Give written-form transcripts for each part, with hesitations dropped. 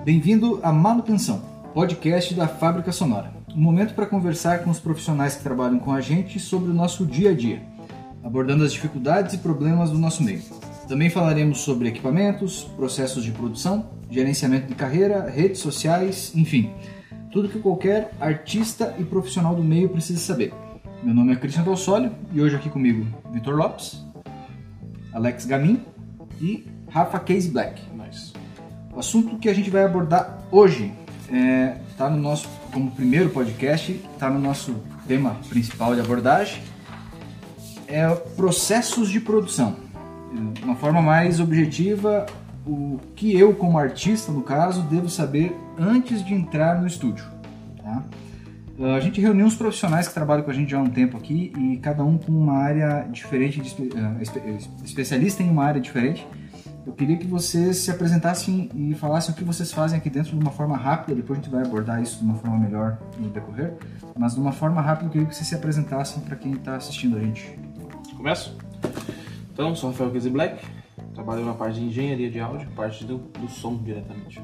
Bem-vindo à Manutenção, podcast da Fábrica Sonora. Um momento para conversar com os profissionais que trabalham com a gente sobre o nosso dia a dia, abordando as dificuldades e problemas do nosso meio. Também falaremos sobre equipamentos, processos de produção, gerenciamento de carreira, redes sociais, enfim, tudo que qualquer artista e profissional do meio precisa saber. Meu nome é Christian Dalsólio e hoje aqui comigo Vitor Lopes, Alex Gamin e Rafa Case Black. Nice. O assunto que a gente vai abordar hoje está no nosso, como primeiro podcast, está no nosso tema principal de abordagem, é processos de produção. De uma forma mais objetiva, o que eu, como artista, no caso, devo saber antes de entrar no estúdio. Tá? A gente reuniu uns profissionais que trabalham com a gente já há um tempo aqui e cada um com uma área diferente, especialista em uma área diferente. Eu queria que vocês se apresentassem e falassem o que vocês fazem aqui dentro de uma forma rápida, depois a gente vai abordar isso de uma forma melhor no decorrer, mas de uma forma rápida eu queria que vocês se apresentassem para quem está assistindo a gente. Começo? Então, sou Rafael Case Black, trabalho na parte de engenharia de áudio, parte do som diretamente.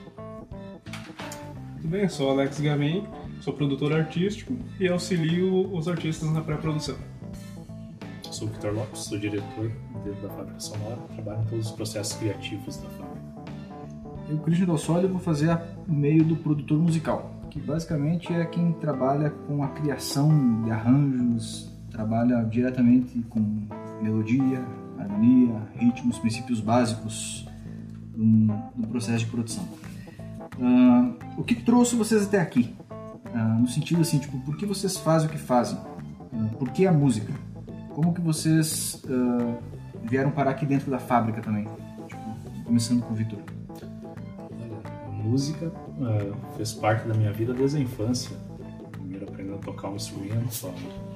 Tudo bem, sou Alex Gamin, sou produtor artístico e auxilio os artistas na pré-produção. Sou o Vitor Lopes, sou diretor da Fábrica Sonora, trabalho em todos os processos criativos da fábrica. Eu, Christian Dalsólio, vou fazer o meio do produtor musical, que basicamente é quem trabalha com a criação de arranjos, trabalha diretamente com melodia, harmonia, ritmos, princípios básicos do processo de produção. O que trouxe vocês até aqui? No sentido assim, tipo, por que vocês fazem o que fazem? Por que a música? Como que vocês vieram parar aqui dentro da fábrica também? Tipo, começando com o Vitor. A música fez parte da minha vida desde a infância. Primeiro aprendendo a tocar um instrumento,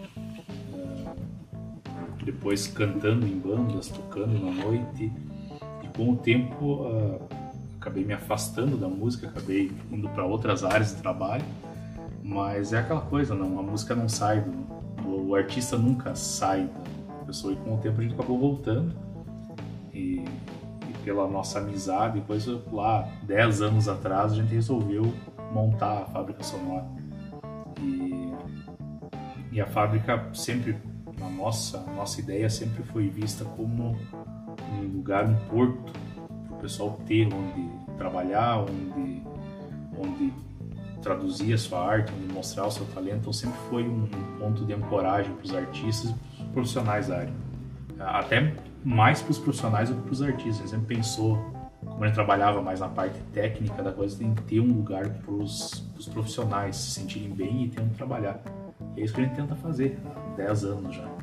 depois cantando em bandas, tocando na noite. E com o tempo acabei me afastando da música, acabei indo para outras áreas de trabalho. Mas é aquela coisa, não, a música não sai o artista nunca sai da pessoa, e com o tempo a gente acabou voltando e pela nossa amizade e coisa, lá 10 anos atrás a gente resolveu montar a Fábrica Sonora e a fábrica sempre, na nossa ideia sempre foi vista como um lugar, um porto para o pessoal ter onde trabalhar, onde traduzir a sua arte, onde mostrar o seu talento. Então sempre foi um ponto de ancoragem para os artistas e para os profissionais da área. Até mais para os profissionais do que para os artistas. A gente sempre pensou, como a gente trabalhava mais na parte técnica da coisa, tem que ter um lugar para os profissionais se sentirem bem e ter onde trabalhar. E é isso que a gente tenta fazer há 10 anos já.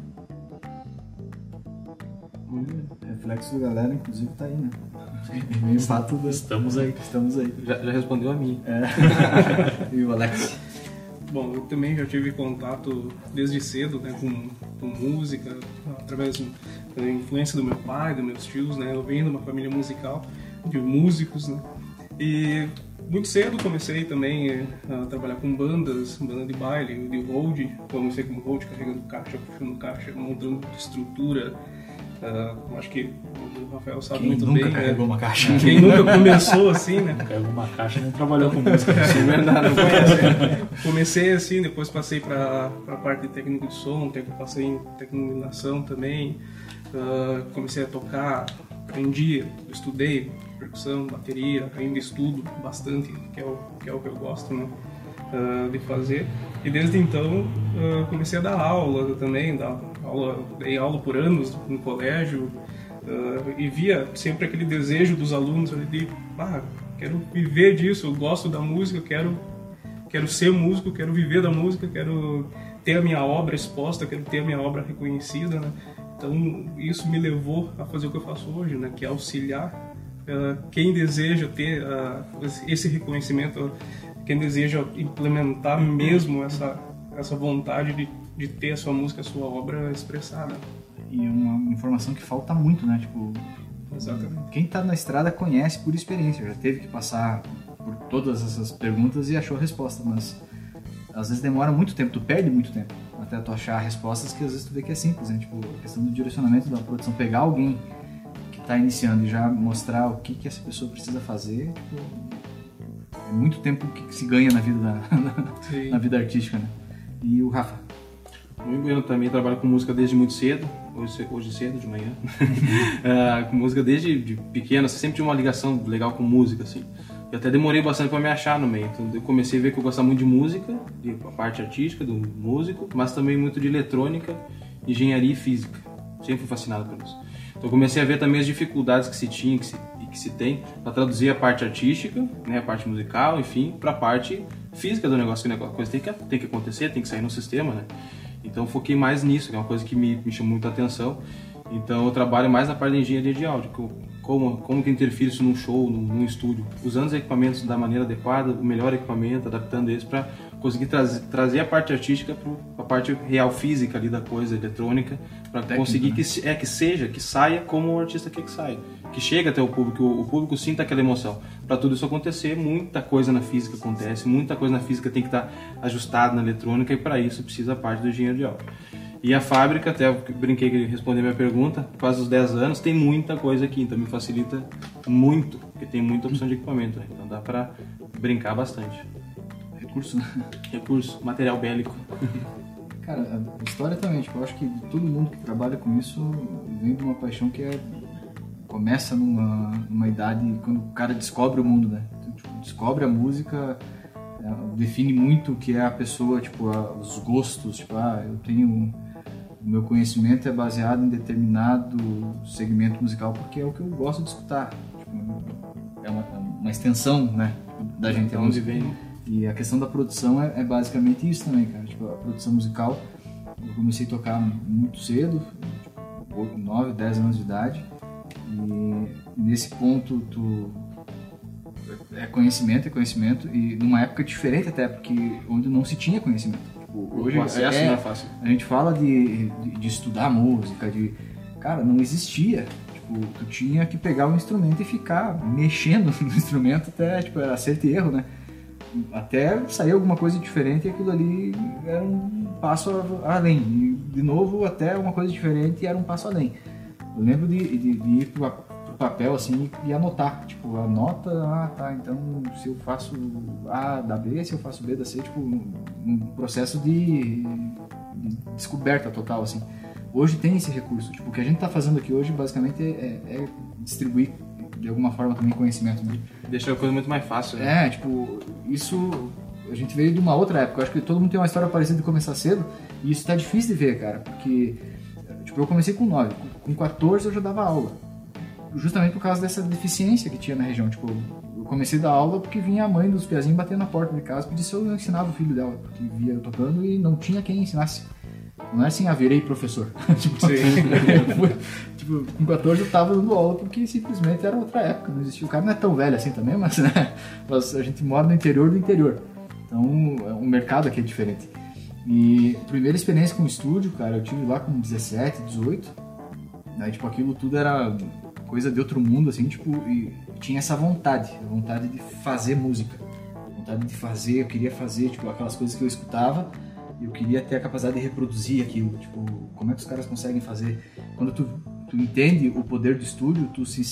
O reflexo da galera, inclusive, tá aí, né? Meio fato Estamos aí. Já respondeu a mim. E o Alex? Bom, eu também já tive contato desde cedo, né, com música, através da influência do meu pai, dos meus tios, né? Eu venho de uma família musical, de músicos, né? E muito cedo comecei também a trabalhar com banda de baile, de hold. Comecei como hold, carregando caixa, puxando caixa, montando estrutura. Acho que o Rafael sabe muito bem. Quem nunca carregou uma caixa? Quem nunca começou assim, né? Carregou uma caixa e não trabalhou com música. É verdade, não conhece. Comecei assim, depois passei para a parte de técnico de som, passei em técnico de iluminação também. Comecei a tocar, aprendi, estudei percussão, bateria, ainda estudo bastante, que é o que eu gosto, né, de fazer. E desde então comecei a dar aula também, dei aula por anos no colégio e via sempre aquele desejo dos alunos de quero viver disso, eu gosto da música, quero ser músico, quero viver da música, quero ter a minha obra exposta, quero ter a minha obra reconhecida, né? Então isso me levou a fazer o que eu faço hoje, né? Que é auxiliar quem deseja ter esse reconhecimento, quem deseja implementar mesmo essa vontade de ter a sua música, a sua obra expressada. E uma informação que falta muito, né? Tipo, exatamente. Quem tá na estrada conhece por experiência, já teve que passar por todas essas perguntas e achou a resposta, mas às vezes demora muito tempo, tu perde muito tempo até tu achar respostas que às vezes tu vê que é simples, né? Tipo, a questão do direcionamento da produção, pegar alguém que tá iniciando e já mostrar o que essa pessoa precisa fazer, tipo, é muito tempo que se ganha na vida Sim. na vida artística, né? E o Rafa? Eu também trabalho com música desde muito cedo, hoje cedo, de manhã. Com música desde de pequeno, assim, sempre tive uma ligação legal com música, assim. Eu até demorei bastante para me achar no meio, então eu comecei a ver que eu gostava muito de música, a parte artística do músico, mas também muito de eletrônica, engenharia e física. Sempre fui fascinado por isso. Então eu comecei a ver também as dificuldades que se tinha e que se tem para traduzir a parte artística, né, a parte musical, enfim, para a parte física do negócio, que a coisa tem que acontecer, tem que sair no sistema, né? Então eu foquei mais nisso, que é uma coisa que me chamou muita atenção. Então eu trabalho mais na parte de engenharia de áudio, como que interfere isso num show, num estúdio, usando os equipamentos da maneira adequada, o melhor equipamento, adaptando eles para conseguir trazer a parte artística para a parte real física ali da coisa, eletrônica, para conseguir né? que saia como o artista quer que saia, que chegue até o público sinta aquela emoção. Para tudo isso acontecer, muita coisa na física acontece, muita coisa na física tem que estar ajustada na eletrônica, e para isso precisa a parte do engenheiro de áudio. E a fábrica, até eu brinquei que responder minha pergunta, faz uns 10 anos, tem muita coisa aqui, então me facilita muito, porque tem muita opção de equipamento, né? Então dá pra brincar bastante. Recurso, né? Recurso, material bélico. Cara, a história também, tipo, eu acho que todo mundo que trabalha com isso vem de uma paixão que começa numa idade, quando o cara descobre o mundo, né? Então, tipo, descobre a música, define muito o que é a pessoa, tipo, os gostos, tipo, eu tenho... O meu conhecimento é baseado em determinado segmento musical porque é o que eu gosto de escutar. Tipo, é uma extensão, né, da gente. É onde vem. E a questão da produção é basicamente isso também, cara. Tipo, a produção musical, eu comecei a tocar muito cedo, tipo, 9, 10 anos de idade. E nesse ponto, é conhecimento, e numa época diferente até, porque onde não se tinha conhecimento. Hoje o acesso não é fácil. A gente fala de estudar música, cara, não existia. Tipo, tu tinha que pegar o instrumento e ficar mexendo no instrumento até, tipo, era acerto e erro, né? Até sair alguma coisa diferente e aquilo ali era um passo além. E, de novo, até uma coisa diferente e era um passo além. Eu lembro de ir pro papel assim e anotar, tipo, a nota, tá, então se eu faço A da B, se eu faço B da C, tipo, um processo de descoberta total, assim. Hoje tem esse recurso, tipo, o que a gente tá fazendo aqui hoje basicamente é distribuir de alguma forma também conhecimento, né? Deixa a coisa muito mais fácil, né? Tipo, isso a gente veio de uma outra época, eu acho que todo mundo tem uma história parecida de começar cedo, e isso tá difícil de ver, cara, porque, tipo, eu comecei com 9, com 14 eu já dava aula. Justamente por causa dessa deficiência que tinha na região. Tipo, eu comecei a dar aula porque vinha a mãe dos piazinhos batendo na porta de casa e pedir se eu ensinava o filho dela, porque via eu tocando e não tinha quem ensinasse. Não é assim, virei professor. Tipo, com 14 eu tava dando aula porque simplesmente era outra época, não existia. O cara não é tão velho assim também, mas, né, mas a gente mora no interior do interior. Então, o mercado aqui é diferente. E a primeira experiência com o estúdio, cara, eu tive lá com 17, 18. Daí, tipo, aquilo tudo era coisa de outro mundo, assim, tipo, e tinha essa vontade, a vontade de fazer música, a vontade de fazer, eu queria fazer, tipo, aquelas coisas que eu escutava, e eu queria ter a capacidade de reproduzir aquilo, tipo, como é que os caras conseguem fazer? Quando tu entende o poder do estúdio, tu se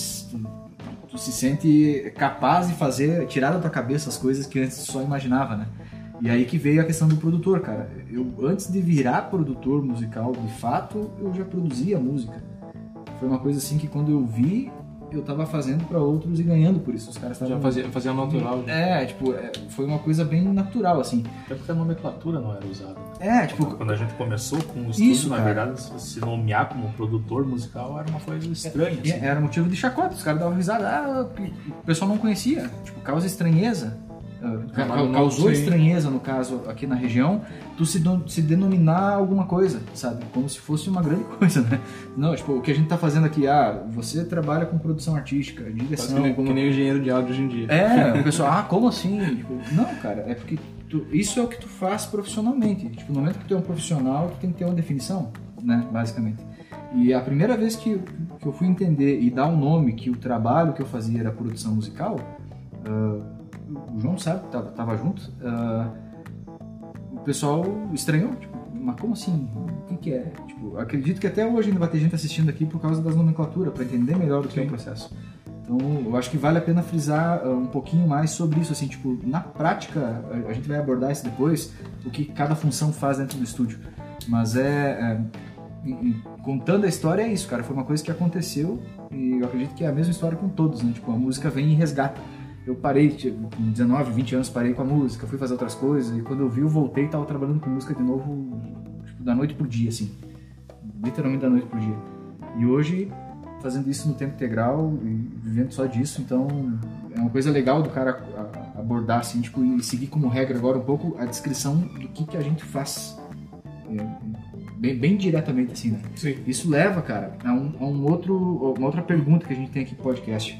sente capaz de fazer, tirar da tua cabeça as coisas que antes só imaginava, né? E aí que veio a questão do produtor, cara. Eu, antes de virar produtor musical, de fato, eu já produzia música. Foi uma coisa assim que quando eu vi, eu tava fazendo para outros e ganhando por isso. Os caras estavam... Já fazia natural. Foi uma coisa bem natural, assim. Até porque a nomenclatura não era usada. Quando a gente começou com o estúdio, isso, na verdade, se nomear como produtor musical era uma coisa estranha. Assim. Era motivo de chacota, os caras davam risada, o pessoal não conhecia, tipo, causa estranheza. Causou estranheza, no caso, aqui na região, tu se denominar alguma coisa, sabe? Como se fosse uma grande coisa, né? Não, tipo, o que a gente tá fazendo aqui, você trabalha com produção artística, direção... Que nem engenheiro de áudio hoje em dia. O pessoal, como assim? Tipo, não, cara, é porque isso é o que tu faz profissionalmente. Tipo, no momento que tu é um profissional, tu tem que ter uma definição, né? Basicamente. E a primeira vez que eu fui entender e dar um nome que o trabalho que eu fazia era produção musical... o João sabe, tava junto, o pessoal estranhou, tipo, mas como assim? O que é? Tipo, acredito que até hoje ainda vai ter gente assistindo aqui por causa das nomenclaturas, para entender melhor o que é o processo. Então, eu acho que vale a pena frisar um pouquinho mais sobre isso, assim, tipo, na prática, a gente vai abordar isso depois, o que cada função faz dentro do estúdio. Mas contando a história é isso, cara, foi uma coisa que aconteceu e eu acredito que é a mesma história com todos, né? Tipo, a música vem e resgata. Eu parei, com 19, 20 anos, parei com a música, fui fazer outras coisas e quando eu vi, eu voltei e tava trabalhando com música de novo, tipo, da noite pro dia, assim. Literalmente da noite pro dia. E hoje, fazendo isso no tempo integral e vivendo só disso, então é uma coisa legal do cara abordar, assim, tipo, e seguir como regra agora um pouco a descrição do que a gente faz. Bem diretamente, assim, né? Sim. Isso leva, cara, a uma outra pergunta que a gente tem aqui no podcast.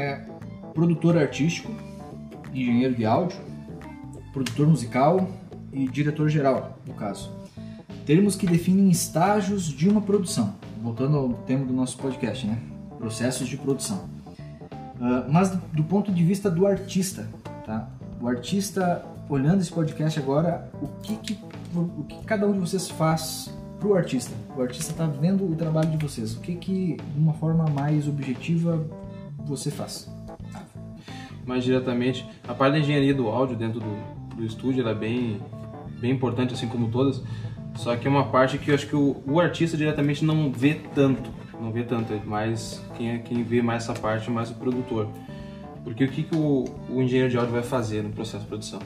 Produtor artístico, engenheiro de áudio, produtor musical e diretor geral, no caso. Termos que definem estágios de uma produção. Voltando ao tema do nosso podcast, né? Processos de produção. Mas do ponto de vista do artista, tá? O artista, olhando esse podcast agora, o que cada um de vocês faz pro artista? O artista está vendo o trabalho de vocês. O que de uma forma mais objetiva você faz? Mais diretamente, a parte da engenharia do áudio dentro do estúdio ela é bem importante, assim como todas. Só que é uma parte que eu acho que o artista diretamente não vê tanto, é mais quem vê mais essa parte, mais o produtor. Porque o que o engenheiro de áudio vai fazer no processo de produção?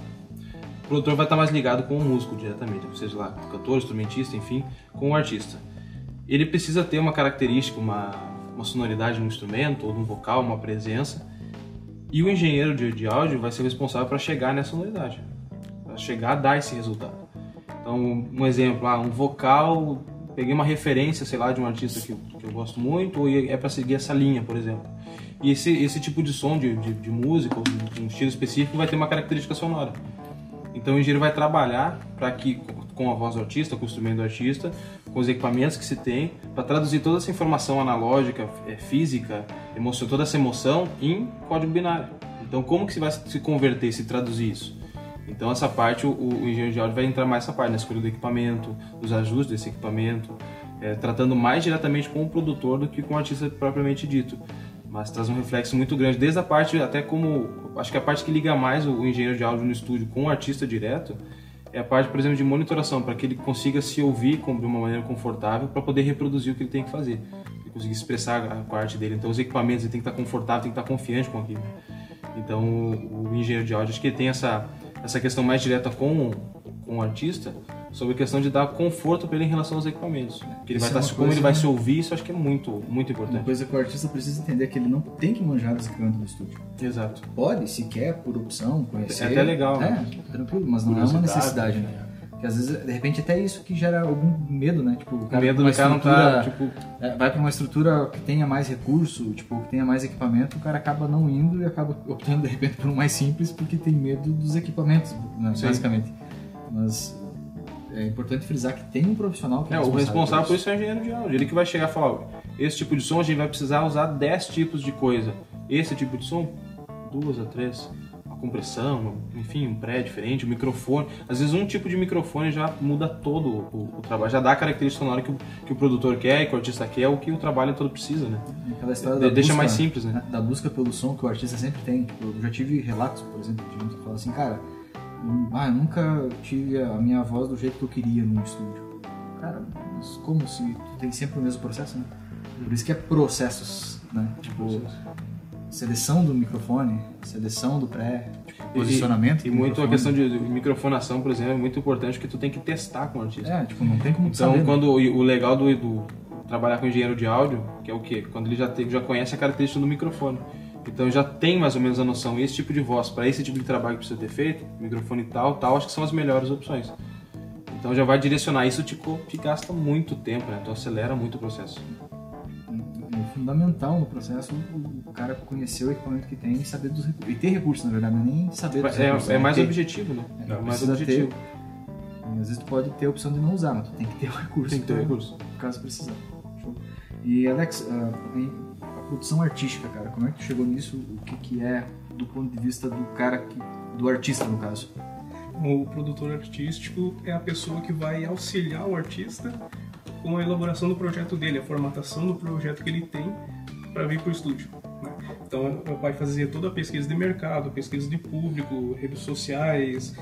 O produtor vai estar mais ligado com o músico diretamente, ou seja, lá, cantor, instrumentista, enfim, com o artista. Ele precisa ter uma característica, uma sonoridade no instrumento, ou no vocal, uma presença, e o engenheiro de áudio vai ser responsável para chegar nessa sonoridade, para chegar a dar esse resultado. Então, um exemplo, um vocal, peguei uma referência, sei lá, de um artista que eu gosto muito, ou é para seguir essa linha, por exemplo. E esse tipo de som de música, ou de um estilo específico, vai ter uma característica sonora. Então, o engenheiro vai trabalhar para que, com a voz do artista, com o instrumento do artista, com os equipamentos que se tem, para traduzir toda essa informação analógica, física, toda essa emoção em código binário. Então, como que se vai se converter, se traduzir isso? Então essa parte, o engenheiro de áudio vai entrar mais nessa parte, na escolha do equipamento, os ajustes desse equipamento, tratando mais diretamente com o produtor do que com o artista propriamente dito. Mas traz um reflexo muito grande, desde a parte, até como, acho que a parte que liga mais o engenheiro de áudio no estúdio com o artista direto, é a parte, por exemplo, de monitoração, para que ele consiga se ouvir de uma maneira confortável para poder reproduzir o que ele tem que fazer, ele conseguir expressar a parte dele. Então os equipamentos, ele tem que estar confortável, tem que estar confiante com aquilo. Então o engenheiro de áudio, acho que ele tem essa questão mais direta com o artista, sobre a questão de dar conforto para ele em relação aos equipamentos. Que ele vai estar, como ele vai se ouvir, isso acho que é muito, muito importante. Uma coisa que o artista precisa entender é que ele não tem que manjar dos equipamentos do estúdio. Exato. Pode, se quer, por opção, conhecer. É até legal, né? Tranquilo, mas não é uma necessidade, né? Porque às vezes, de repente, até isso que gera algum medo, né? Tipo, o cara medo do cara não tá, tipo... vai para uma estrutura que tenha mais recurso, tipo, que tenha mais equipamento, o cara acaba não indo e acaba optando, de repente, por um mais simples, porque tem medo dos equipamentos, né? Basicamente. Mas é importante frisar que tem um profissional que o responsável por isso é o engenheiro de áudio. Ele que vai chegar e falar, esse tipo de som a gente vai precisar usar 10 tipos de coisa. Esse tipo de som, 2 a 3... compressão, enfim, um pré diferente, um microfone. Às vezes um tipo de microfone já muda todo o trabalho, já dá a característica sonora que o produtor quer e que o artista quer, o que o trabalho todo precisa, né? Aquela história da deixa busca, mais simples, né? Da busca pelo som que o artista sempre tem. Tipo, eu já tive relatos, por exemplo, de gente que fala assim, cara, eu nunca tive a minha voz do jeito que eu queria no estúdio. Cara, mas como se tu tem sempre o mesmo processo, né? Por isso que é processos, né? Tipo, seleção do microfone, seleção do pré, posicionamento. E muito a questão de microfonação, por exemplo, é muito importante, que tu tem que testar com o artista. Tipo, não tem como tu então, saber. Quando o legal do trabalhar com engenheiro de áudio, que é o quê? Quando ele já conhece a característica do microfone. Então já tem mais ou menos a noção, esse tipo de voz, para esse tipo de trabalho que precisa ter feito, microfone tal, acho que são as melhores opções. Então já vai direcionar, isso te gasta muito tempo, né? Então acelera muito o processo. É fundamental no processo o cara conhecer o equipamento que tem e saber dos recursos. E ter recursos, na verdade, não é nem saber dos recursos. É mais objetivo, né? É mais objetivo. Às vezes tu pode ter a opção de não usar, mas tu tem que ter o recurso. Tem que ter o recurso. Caso precisar. Show. E Alex, a produção artística, cara, como é que tu chegou nisso? O que é do ponto de vista do cara, do artista no caso? O produtor artístico é a pessoa que vai auxiliar o artista com a elaboração do projeto dele, a formatação do projeto que ele tem para vir para o estúdio, né? Então vai fazer toda a pesquisa de mercado, pesquisa de público, redes sociais,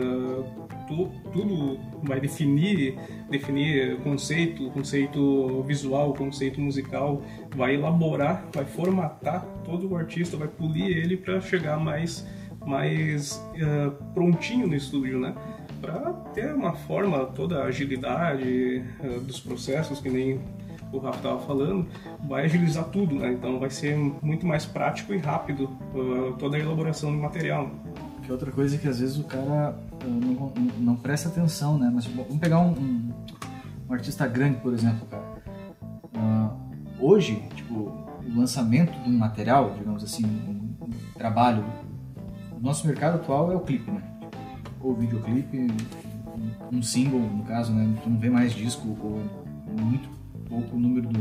tudo vai definir conceito visual, conceito musical, vai elaborar, vai formatar todo o artista, vai polir ele para chegar mais prontinho no estúdio, né? Para ter uma forma, toda a agilidade dos processos, que nem o Rafa estava falando, vai agilizar tudo, né? Então vai ser muito mais prático e rápido toda a elaboração do material. Que outra coisa que às vezes o cara não presta atenção, né? Mas vamos pegar um artista grande, por exemplo, cara. Hoje, tipo, o lançamento de um material, digamos assim, um trabalho, o nosso mercado atual é o clipe, né? Ou videoclipe, um single, no caso, né? Tu não vê mais disco, ou muito pouco o número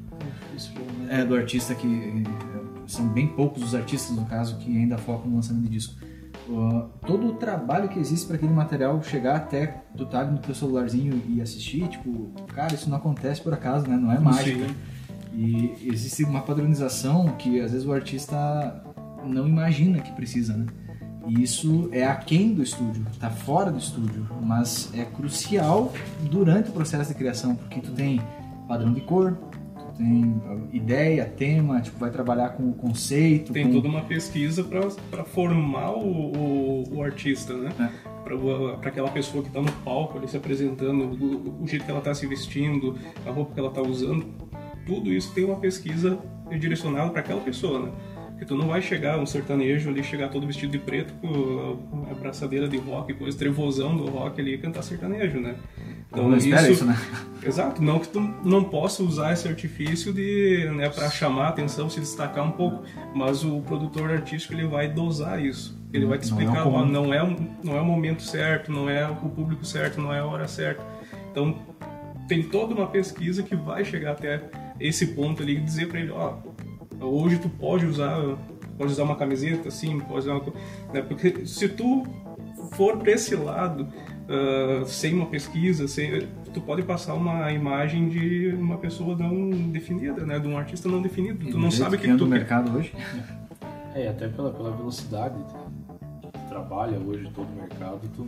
do artista, que são bem poucos os artistas, no caso, que ainda focam no lançamento de disco. Todo o trabalho que existe para aquele material chegar até tu tá no teu celularzinho e assistir, tipo, cara, isso não acontece por acaso, né? Não é mágica. E existe uma padronização que às vezes o artista não imagina que precisa, né? E isso é aquém do estúdio, tá fora do estúdio, mas é crucial durante o processo de criação, porque tu tem padrão de cor, tu tem ideia, tema, tipo, vai trabalhar com o conceito. Tem toda uma pesquisa para formar o artista, né? Para aquela pessoa que está no palco ali se apresentando, o jeito que ela está se vestindo, a roupa que ela está usando, tudo isso tem uma pesquisa direcionada para aquela pessoa, né? Porque tu não vai chegar um sertanejo ali, chegar todo vestido de preto com a braçadeira de rock, coisa, trevosão do rock ali e cantar sertanejo, né? Então, não espera isso, né? Exato, não que tu não possa usar esse artifício né, para chamar a atenção, se destacar um pouco, mas o produtor artístico ele vai dosar isso. Ele vai te explicar, não é o momento certo, não é o público certo, não é a hora certa. Então, tem toda uma pesquisa que vai chegar até esse ponto ali e dizer para ele, hoje tu pode usar uma camiseta, assim, pode usar né? Porque se tu for para esse lado, sem uma pesquisa, tu pode passar uma imagem de uma pessoa não definida, né? De um artista não definido. Tu não sabe o que tu quer. Mercado hoje. Até pela velocidade que trabalha hoje todo o mercado, tu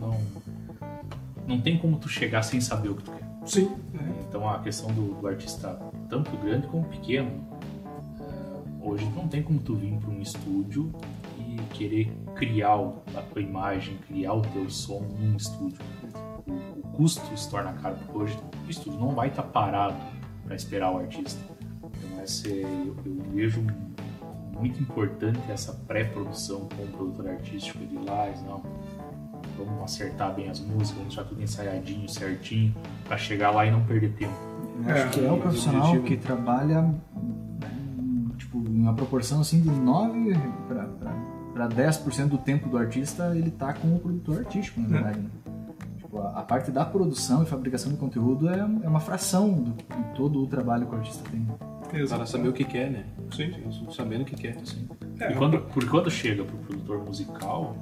não tem como tu chegar sem saber o que tu quer. Sim. Então a questão do artista, tanto grande como pequeno, hoje não tem como tu vir para um estúdio e querer criar a tua imagem, criar o teu som num estúdio. O custo se torna caro, porque hoje o estúdio não vai estar parado para esperar o artista. Então eu vejo muito importante essa pré-produção com o produtor artístico, ele ir lá e vamos acertar bem as músicas, vamos deixar tudo ensaiadinho, certinho, para chegar lá e não perder tempo. Eu acho que é o profissional que trabalha tipo, em uma proporção assim de 9 para 10% do tempo do artista, ele tá com o produtor artístico, na verdade, né? Tipo, a parte da produção e fabricação de conteúdo é uma fração de todo o trabalho que o artista tem. Para saber o que quer, né? Sim. Sabendo o que quer. Sim. E quando chega pro produtor musical,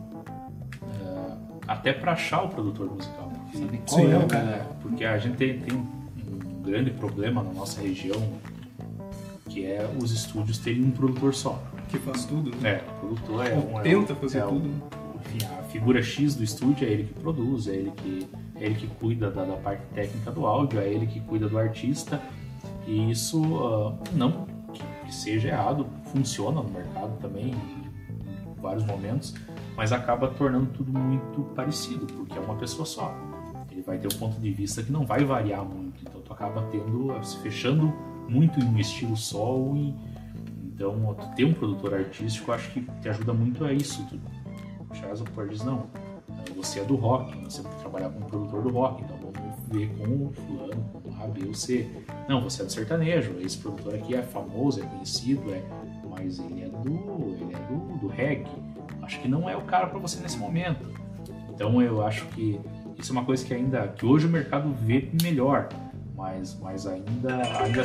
até para achar o produtor musical. Sabe qual é o cara? Porque a gente tem um grande problema na nossa região, que é os estúdios terem um produtor só. Que faz tudo, né? O produtor tenta fazer tudo. Enfim, a figura X do estúdio é ele que produz, é ele que cuida da parte técnica do áudio, é ele que cuida do artista. E isso, não que seja errado, funciona no mercado também, em vários momentos, mas acaba tornando tudo muito parecido, porque é uma pessoa só. Ele vai ter um ponto de vista que não vai variar muito, então tu acaba se fechando muito em um estilo só. Então, tu ter um produtor artístico, acho que te ajuda muito a isso. Tu chegar as oportunidades, não, você é do rock, você tem que trabalhar com um produtor do rock, então vamos ver com o fulano, com A, B ou C. Não, você é do sertanejo, esse produtor aqui é famoso, é conhecido, mas ele é do reggae. Acho que não é o cara para você nesse momento. Então eu acho que isso é uma coisa que hoje o mercado vê melhor, mas ainda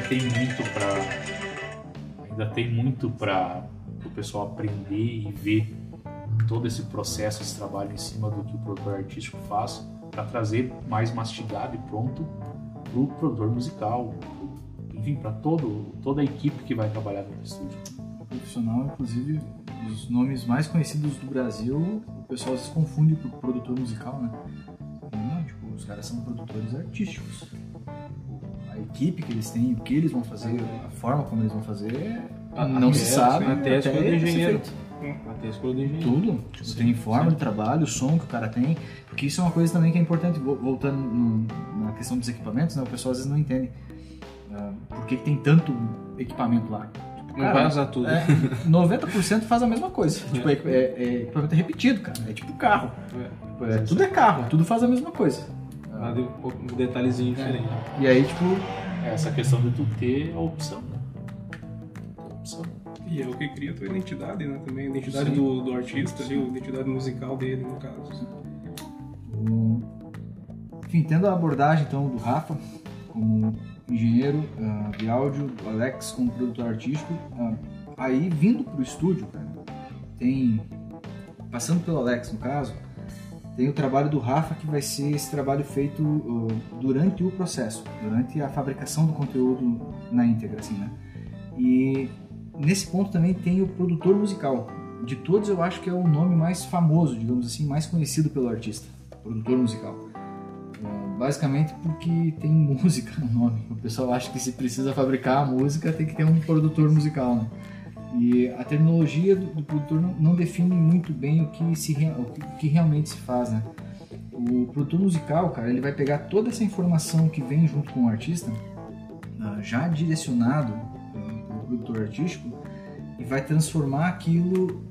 tem muito para o pessoal aprender e ver todo esse processo, esse trabalho em cima do que o produtor artístico faz, para trazer mais mastigado e pronto para o produtor musical, enfim, para toda a equipe que vai trabalhar no estúdio. profissional, inclusive os nomes mais conhecidos do Brasil, o pessoal se confunde com produtor musical, né? Não, tipo, os caras são produtores artísticos. A equipe que eles têm, o que eles vão fazer, a forma como eles vão fazer, não se sabe. Até a escolha do engenheiro. Feito. Até a escolha do engenheiro. Tudo. Tipo, tem forma de trabalho, o som que o cara tem. Porque isso é uma coisa também que é importante, voltando na questão dos equipamentos, né? O pessoal às vezes não entende por que tem tanto equipamento lá. Tipo, Não vai usar tudo. 90% faz a mesma coisa. Tipo, equipamento repetido, cara. É tipo carro. Tudo é carro, tudo faz a mesma coisa. Um detalhezinho diferente. E aí, tipo... Essa questão de tu ter a opção. E é o que cria a tua identidade, né? Também a identidade do artista ali, a identidade musical dele, no caso. Enfim, tendo a abordagem então do Rafa como engenheiro de áudio, do Alex como produtor artístico, aí vindo pro estúdio, cara, passando pelo Alex no caso, tem o trabalho do Rafa, que vai ser esse trabalho feito durante o processo, durante a fabricação do conteúdo na íntegra, assim, né? E nesse ponto também tem o produtor musical. De todos eu acho que é o nome mais famoso, digamos assim, mais conhecido pelo artista, produtor musical. Basicamente porque tem música no nome. O pessoal acha que se precisa fabricar a música tem que ter um produtor musical, né? E a terminologia do produtor não define muito bem o que realmente se faz, né? O produtor musical, cara, ele vai pegar toda essa informação que vem junto com o artista, já direcionado pelo produtor artístico, e vai transformar aquilo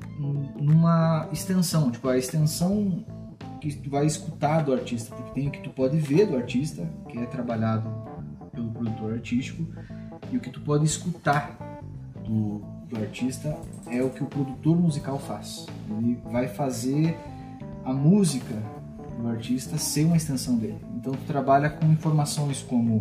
numa extensão, tipo a extensão que tu vai escutar do artista, porque tem o que tu pode ver do artista, que é trabalhado pelo produtor artístico, e o que tu pode escutar do artista é o que o produtor musical faz. Ele vai fazer a música do artista ser uma extensão dele. Então tu trabalha com informações como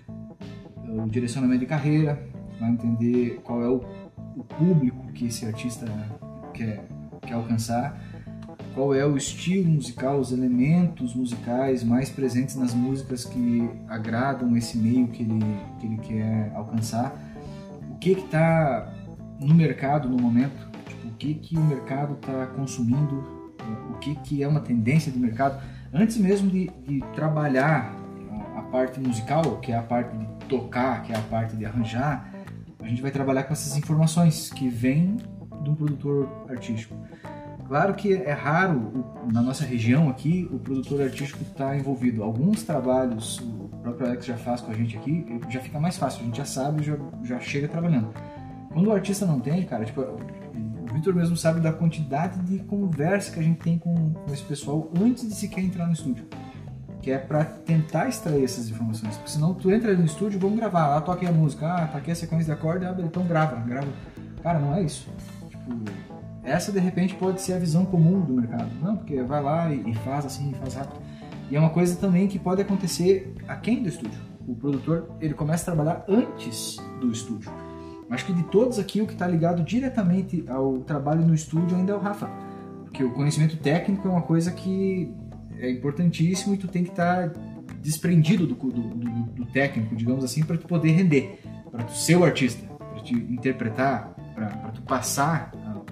o direcionamento de carreira, vai entender qual é o público que esse artista quer alcançar, qual é o estilo musical, os elementos musicais mais presentes nas músicas que agradam esse meio que ele quer alcançar, o que está no mercado no momento, tipo, o que o mercado está consumindo, o que é uma tendência do mercado. Antes mesmo de trabalhar a parte musical, que é a parte de tocar, que é a parte de arranjar, a gente vai trabalhar com essas informações que vêm de um produtor artístico. Claro que é raro, na nossa região aqui, o produtor artístico estar envolvido. Alguns trabalhos, o próprio Alex já faz com a gente aqui, já fica mais fácil, a gente já sabe, já chega trabalhando. Quando o artista não tem, cara, tipo, o Vitor mesmo sabe da quantidade de conversa que a gente tem com esse pessoal antes de sequer entrar no estúdio. Que é pra tentar extrair essas informações. Porque senão tu entra ali no estúdio, vamos gravar, lá toca a música, tá aqui a sequência de acorde, então grava. Cara, não é isso. Tipo, essa de repente pode ser a visão comum do mercado. Não, porque vai lá e faz assim, faz rápido. E é uma coisa também que pode acontecer aquém do estúdio. O produtor, ele começa a trabalhar antes do estúdio. Acho que de todos aqui, o que está ligado diretamente ao trabalho no estúdio ainda é o Rafa. Porque o conhecimento técnico é uma coisa que é importantíssimo e tu tem que estar desprendido do técnico, digamos assim, para tu poder render, para tu ser o artista, para te interpretar, para tu passar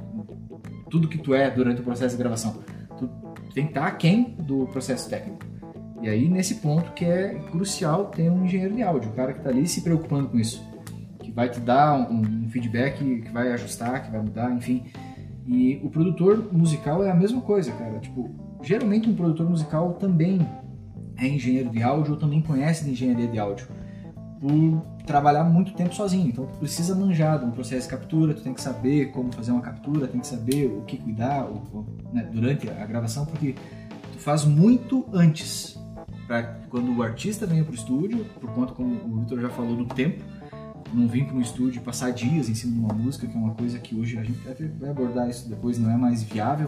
tudo que tu é durante o processo de gravação. Tu tem que estar aquém do processo técnico. E aí, nesse ponto que é crucial ter um engenheiro de áudio, o cara que está ali se preocupando com isso, que vai te dar um feedback, que vai ajustar, que vai mudar, enfim. E o produtor musical é a mesma coisa, cara. Tipo, geralmente um produtor musical também é engenheiro de áudio ou também conhece de engenharia de áudio, por trabalhar muito tempo sozinho. Então tu precisa manjar de um processo de captura, tu tem que saber como fazer uma captura, tem que saber o que cuidar né, durante a gravação, porque tu faz muito antes, para quando o artista vem para o estúdio, por conta, como o Vitor já falou, do tempo, não vir para um estúdio e passar dias em cima de uma música, que é uma coisa que hoje a gente até vai abordar isso depois, não é mais viável.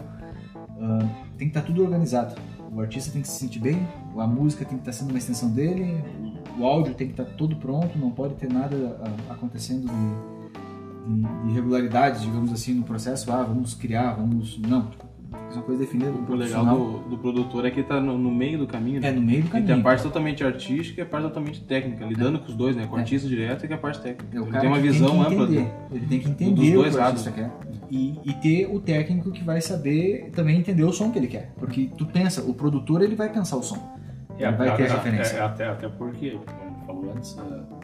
Tem que estar tudo organizado. O artista tem que se sentir bem, a música tem que estar sendo uma extensão dele, o áudio tem que estar todo pronto, não pode ter nada acontecendo de irregularidades, digamos assim, no processo. Vamos criar, não. ser uma coisa definida do O legal profissional. do produtor é que tá no meio do caminho, né? É, no meio do E caminho. tem a parte totalmente artística e a parte totalmente técnica, lidando com os dois, né? Com o artista direto e com a parte técnica. É o Ele cara tem uma que visão tem que ampla. entender. Ele tem que dos entender o dois que o lados. artista quer. E ter o técnico que vai saber também entender o som que ele quer. Porque tu pensa, o produtor ele vai pensar o som. Ele vai ter a referência. Até porque, como eu falou antes,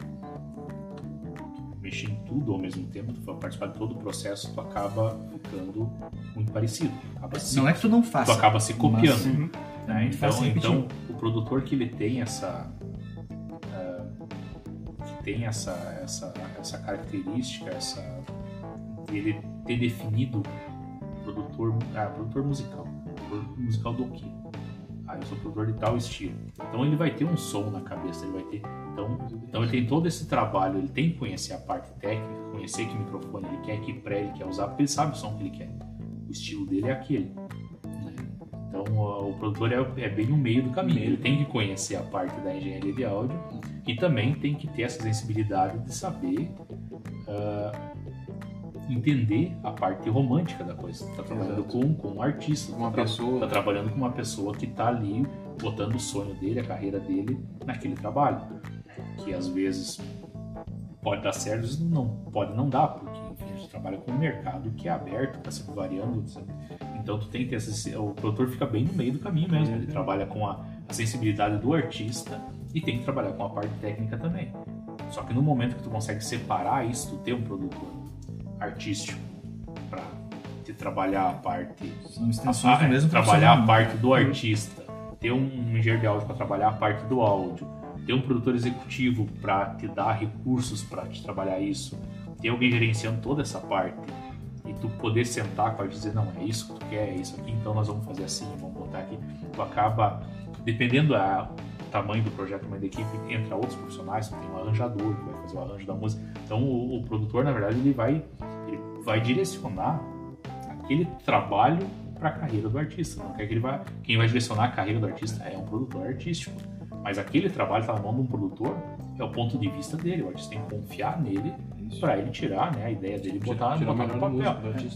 mexer em tudo ao mesmo tempo, tu participar de todo o processo, tu acaba ficando muito parecido. Não é que tu não faça. Tu acaba se copiando. Mas, Né? muito fácil Então, repetir. o produtor que ele tem essa característica, ele ter definido produtor musical. Produtor musical do quê? Eu sou produtor de tal estilo. Então ele vai ter um som na cabeça, ele vai ter. Então ele tem todo esse trabalho, ele tem que conhecer a parte técnica, conhecer que microfone ele quer, que pré ele quer usar, porque ele sabe o som que ele quer. O estilo dele é aquele. Né? Então o produtor é bem no meio do caminho. Ele tem que conhecer a parte da engenharia de áudio e também tem que ter essa sensibilidade de saber entender a parte romântica da coisa. Tá trabalhando com um artista, Uma pessoa. Tá trabalhando com uma pessoa que tá ali botando o sonho dele, a carreira dele naquele trabalho. Que às vezes pode dar certo, às vezes não pode não dar, porque enfim, a gente trabalha com um mercado que é aberto, está sempre variando. Então tu tem que ter o produtor fica bem no meio do caminho mesmo. Ele trabalha com a sensibilidade do artista e tem que trabalhar com a parte técnica também. Só que no momento que tu consegue separar isso, tu ter um produtor artístico para te trabalhar a parte São extensões do mesmo trabalhar a profissional, parte né? do artista, ter um engenheiro de áudio para trabalhar a parte do áudio, ter um produtor executivo para te dar recursos para te trabalhar isso, ter alguém gerenciando toda essa parte e tu poder sentar com a dizer, não, é isso que tu quer, é isso aqui, então nós vamos fazer assim, vamos botar aqui. Tu acaba, dependendo do tamanho do projeto, tamanho da equipe, entra outros profissionais, tu tem um arranjador que vai fazer o arranjo da música. Então o produtor, na verdade, ele vai direcionar aquele trabalho para a carreira do artista. Não quer que quem vai direcionar a carreira do artista é um produtor artístico. Mas aquele trabalho está na mão de um produtor, é o ponto de vista dele. O artista tem que confiar nele para ele tirar, né, a ideia dele e botar no papel.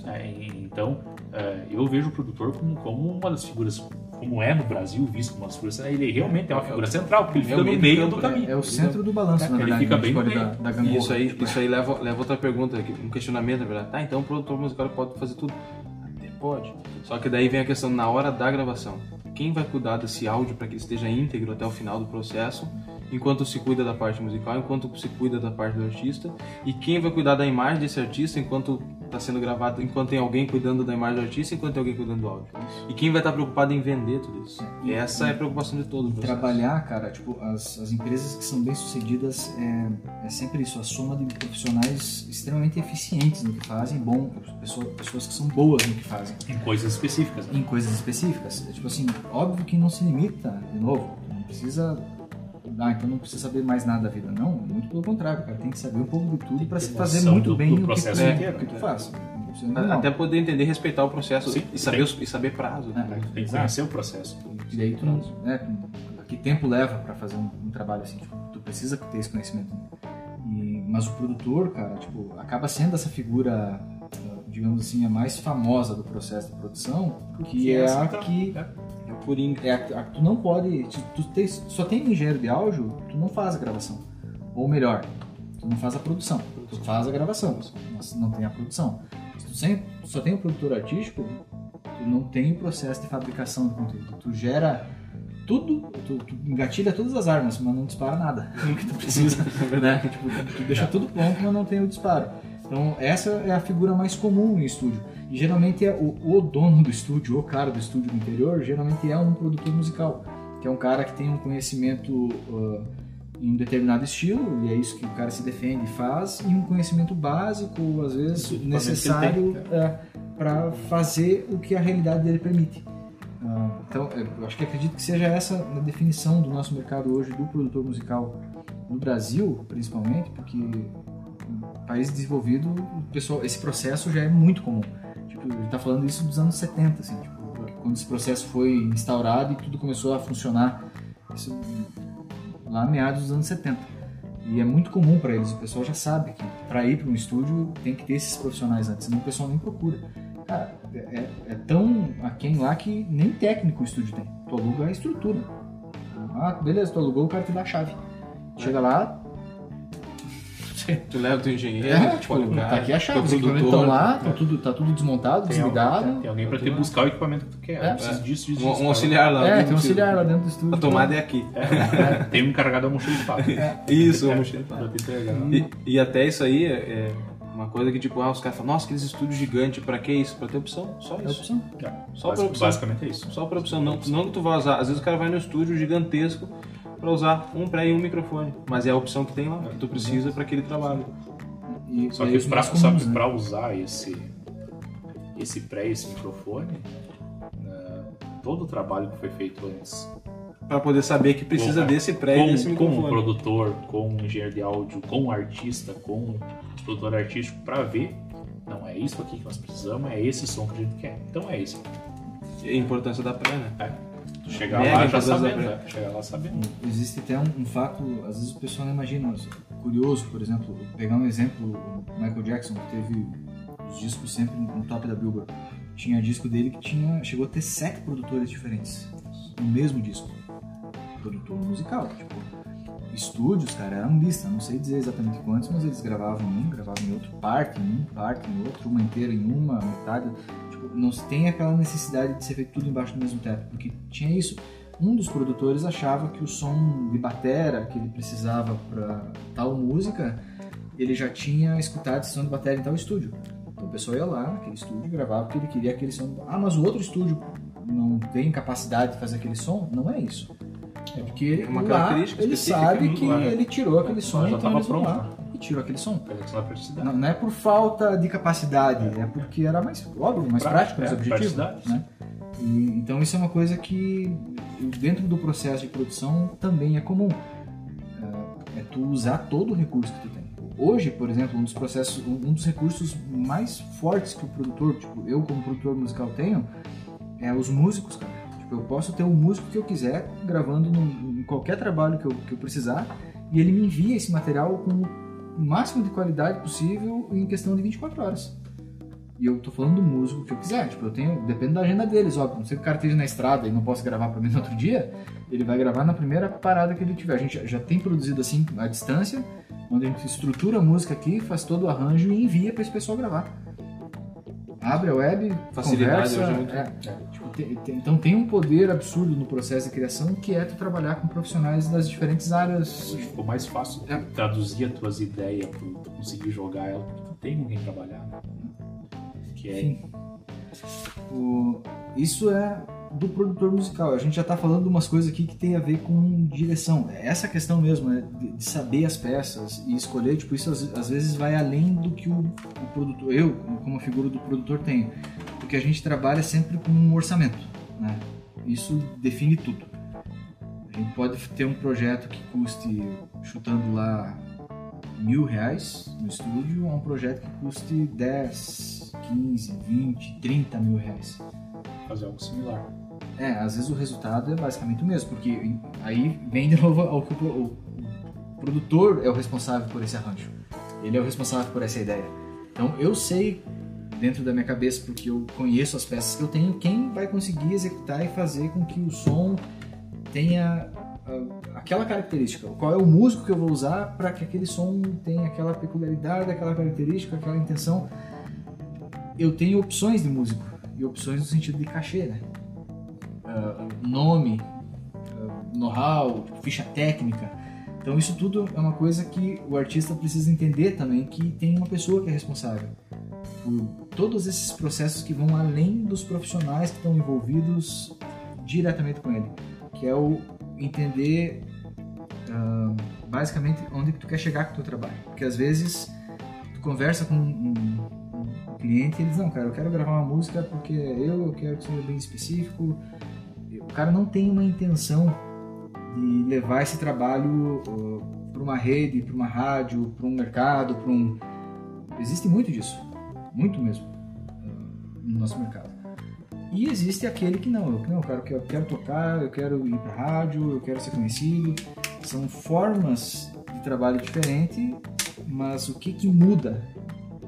Então, eu vejo o produtor como uma das figuras, como é no Brasil visto como uma das figuras, ele realmente é uma figura central, porque ele fica no meio do caminho. É o centro do balanço, na Ele verdade. fica bem no meio. da gangorra. Isso aí leva outra pergunta, um questionamento, na verdade. Tá, então o produtor musical pode fazer tudo? Até pode. Só que daí vem a questão, na hora da gravação, quem vai cuidar desse áudio para que ele esteja íntegro até o final do processo, enquanto se cuida da parte musical, enquanto se cuida da parte do artista, e quem vai cuidar da imagem desse artista enquanto está sendo gravado, enquanto tem alguém cuidando da imagem do artista, enquanto tem alguém cuidando do áudio. E quem vai estar preocupado em vender tudo isso. E essa é a preocupação de todo o processo. Trabalhar, cara, tipo, as empresas que são bem sucedidas é sempre isso, a soma de profissionais extremamente eficientes no que fazem, pessoas que são boas no que fazem. Em coisas específicas. Né? Em coisas específicas. Tipo assim, óbvio que não se limita, de novo, não precisa... então não precisa saber mais nada da vida. Não, muito pelo contrário, o cara tem que saber um pouco de tudo para se fazer muito bem o que tu faz. Até poder entender e respeitar o processo. Sim, e saber prazo. Tem que conhecer o processo. E daí tu que tempo leva para fazer um trabalho assim? Tipo, tu precisa ter esse conhecimento. Mas o produtor, cara, tipo, acaba sendo essa figura, digamos assim, a mais famosa do processo de produção, que é a que... É o purinho. Tu não pode... Só tem engenheiro de áudio, tu não faz a gravação. Ou melhor, tu não faz a produção. Tu faz a gravação, mas não tem a produção. Se tu só tem o produtor artístico, tu não tem o processo de fabricação do conteúdo. Tu gera tudo, tu engatilha todas as armas, mas não dispara nada no que tu precisa. Né? Tipo, tu deixa tudo pronto, mas não tem o disparo. Então essa é a figura mais comum no estúdio. E geralmente é o dono do estúdio, o cara do estúdio do interior, geralmente é um produtor musical, que é um cara que tem um conhecimento em um determinado estilo, e é isso que o cara se defende e faz, e um conhecimento básico, às vezes necessário para fazer o que a realidade dele permite. Então, eu acho que acredito que seja essa a definição do nosso mercado hoje do produtor musical no Brasil, principalmente, porque país desenvolvido, esse processo já é muito comum. Tipo, a gente está falando isso dos anos 70, assim, tipo, quando esse processo foi instaurado e tudo começou a funcionar, isso, lá meados dos anos 70. E é muito comum para eles, o pessoal já sabe que para ir para um estúdio tem que ter esses profissionais antes, senão o pessoal nem procura. Cara, é tão aquém lá que nem técnico o estúdio tem. Tu aluga a estrutura. Ah, beleza, tu alugou, o cara te dá a chave. Chega lá, Tu leva o teu engenheiro, tipo, tá aqui a chave, os teu equipamentos produtor, estão lá, tá tudo desmontado, desligado. Tem alguém pra te buscar o equipamento que tu quer. Não precisa disso. Um auxiliar lá. Tem um auxiliar lá dentro do estúdio. A tomada é aqui. Tem um encarregado almoxarifado. Isso, almoxarifado. Pra te entregar. E até isso aí é uma coisa que, tipo, os caras falam, nossa, aqueles estúdios gigantes, pra que isso? Pra ter opção, só É isso. opção. Só pra opção. Basicamente é isso. Só pra opção, não que tu vai usar. Às vezes o cara vai no estúdio gigantesco pra usar um pré e um microfone, mas é a opção que tem lá, que tu precisa pra aquele trabalho. Só que pra usar esse pré e esse microfone, todo o trabalho que foi feito antes, Pra poder saber que precisa desse pré e desse com microfone. o produtor, com o engenheiro de áudio, com o artista, com o produtor artístico, pra ver, não, é isso aqui que nós precisamos, é esse som que a gente quer. Então é esse. E a importância da pré, né? Tu chegar Mega lá já importância da sabendo, pré. chegar lá sabendo. Existe até um fato, às vezes o pessoal não imagina, mas curioso, por exemplo, pegar um exemplo, o Michael Jackson, que teve os discos sempre no top da Billboard. Tinha disco dele que chegou a ter 7 produtores diferentes no mesmo disco. Produtor musical, tipo, estúdios, cara, eram lista, não sei dizer exatamente quantos, mas eles gravavam em outro, parte em outro, uma inteira em uma, metade. Tipo, não se tem aquela necessidade de ser feito tudo embaixo do mesmo teto, porque tinha isso. Um dos produtores achava que o som de batera que ele precisava para tal música, ele já tinha escutado esse som de batera em tal estúdio. Então o pessoal ia lá naquele estúdio, gravava porque ele queria aquele som. Ah, mas o outro estúdio não tem capacidade de fazer aquele som? Não é isso. É porque É uma lá característica ele específica sabe do que lugar. ele tirou aquele som, Já então tava eles vão pronto, lá e tirou aquele som. Não é por falta de capacidade, é porque era mais óbvio, mais prático nos objetivos. praticidade. Né? Então isso é uma coisa que dentro do processo de produção também é comum. É tu usar todo o recurso que tu tem. Hoje, por exemplo, um dos recursos mais fortes que o produtor, tipo, eu como produtor musical tenho, é os músicos, cara. Tipo, eu posso ter o músico que eu quiser gravando em qualquer trabalho que eu precisar e ele me envia esse material com o máximo de qualidade possível em questão de 24 horas. E eu tô falando do músico que eu quiser, tipo, depende da agenda deles, óbvio. Não sei que o cara esteja na estrada e não posso gravar pra mim no outro dia, ele vai gravar na primeira parada que ele tiver. A gente já tem produzido assim, à distância, onde a gente estrutura a música aqui, faz todo o arranjo e envia pra esse pessoal gravar. Abre a web, Facilidade conversa, hoje é muito... então tem um poder absurdo no processo de criação que é tu trabalhar com profissionais das diferentes áreas. Hoje ficou mais fácil traduzir as tuas ideias, tu conseguir jogar ela, porque tu tem com quem trabalhar, né? Que é... Enfim, isso é do produtor musical. A gente já está falando de umas coisas aqui que tem a ver com direção. Essa questão mesmo, né, de saber as peças e escolher, tipo, isso às vezes vai além do que o produtor, eu como figura do produtor tenho, porque a gente trabalha sempre com um orçamento, né? Isso define tudo. A gente pode ter um projeto que custe, chutando lá, R$1.000 no estúdio, a um projeto que custe 10, 15, 20, 30 mil reais. Fazer algo similar. Às vezes o resultado é basicamente o mesmo, porque aí vem de novo ao que o produtor é o responsável por esse arranjo. Ele é o responsável por essa ideia. Então eu sei, dentro da minha cabeça, porque eu conheço as peças que eu tenho, quem vai conseguir executar e fazer com que o som tenha aquela característica. Qual é o músico que eu vou usar para que aquele som tenha aquela peculiaridade, aquela característica, aquela intenção. Eu tenho opções de músico, e opções no sentido de cachê, né? Nome, know-how, ficha técnica. Então isso tudo é uma coisa que o artista precisa entender também, que tem uma pessoa que é responsável por todos esses processos que vão além dos profissionais que estão envolvidos diretamente com ele, que é o entender basicamente onde que tu quer chegar com o teu trabalho. Porque às vezes tu conversa com um cliente e eles, não, cara, eu quero gravar uma música porque eu quero que seja bem específico. O cara não tem uma intenção de levar esse trabalho para uma rede, para uma rádio, para um mercado, Existe muito disso, muito mesmo, no nosso mercado. E existe aquele que não, cara, eu quero tocar, eu quero ir para a rádio, eu quero ser conhecido. São formas de trabalho diferentes, mas o que muda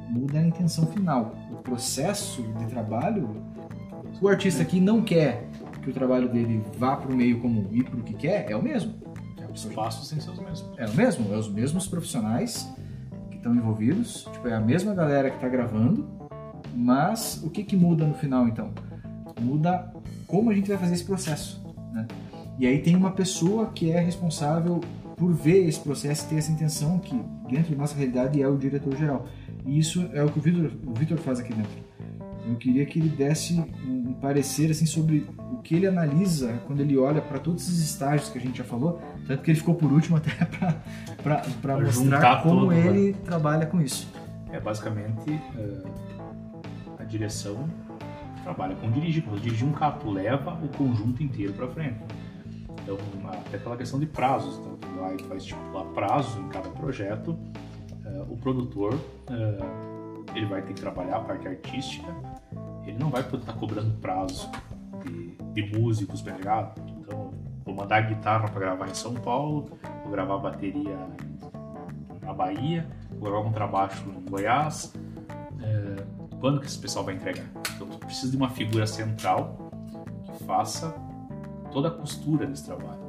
muda a intenção final. O processo de trabalho, o artista que não quer que o trabalho dele vá para o meio como ir para o que quer, é o mesmo. Os passos têm que ser os mesmos. É o mesmo, é os mesmos profissionais que estão envolvidos, tipo, é a mesma galera que está gravando, mas o que muda no final então? Muda como a gente vai fazer esse processo, né? E aí tem uma pessoa que é responsável por ver esse processo e ter essa intenção que dentro da nossa realidade é o diretor-geral. E isso é o que o Vitor faz aqui dentro. Eu queria que ele desse um parecer assim, sobre o que ele analisa quando ele olha para todos esses estágios que a gente já falou, tanto que ele ficou por último até para mostrar como tudo, ele trabalha com isso. Basicamente, a direção trabalha com dirigir. Quando dirigir um carro, tu leva o conjunto inteiro para frente. Então, até aquela questão de prazos. Então, tu vai estipular prazos em cada projeto. O produtor, ele vai ter que trabalhar a parte artística. Ele não vai poder estar cobrando prazo de músicos, tá ligado? Então, vou mandar guitarra para gravar em São Paulo, vou gravar bateria na Bahia, vou gravar contrabaixo em Goiás. Quando que esse pessoal vai entregar? Então, tu precisa de uma figura central que faça toda a costura desse trabalho.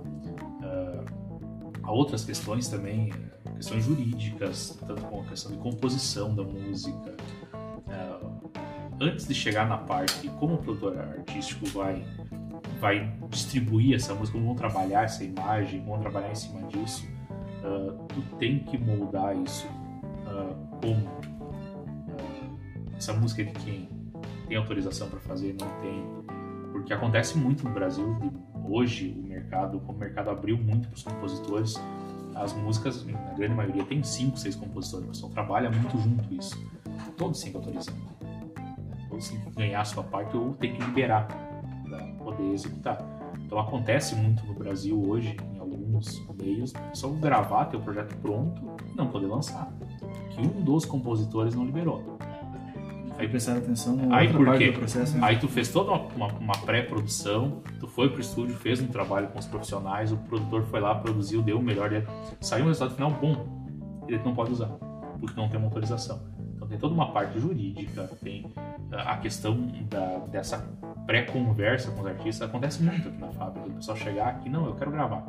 Há outras questões também, questões jurídicas, tanto como a questão de composição da música. Antes de chegar na parte de como o produtor artístico vai distribuir essa música, como vão trabalhar essa imagem, vão trabalhar em cima disso, tu tem que moldar isso como essa música é de quem tem autorização para fazer, não tem, porque acontece muito no Brasil. Hoje como o mercado abriu muito para os compositores, as músicas, na grande maioria, tem 5, 6 compositores, o pessoal trabalha muito junto isso, todos têm que autorizar, todos têm que ganhar a sua parte ou tem que liberar para poder executar. Então acontece muito no Brasil hoje, em alguns meios, só gravar, ter o projeto pronto e não poder lançar, que um dos compositores não liberou. Aí prestaram atenção na outra parte do processo. Né? Aí tu fez toda uma pré-produção, tu foi pro estúdio, fez um trabalho com os profissionais, o produtor foi lá, produziu, deu o melhor dele, saiu um resultado final bom, ele não pode usar, porque não tem uma autorização. Então tem toda uma parte jurídica, tem a questão dessa pré-conversa com os artistas. Acontece muito aqui na fábrica, o pessoal chegar aqui, não, eu quero gravar.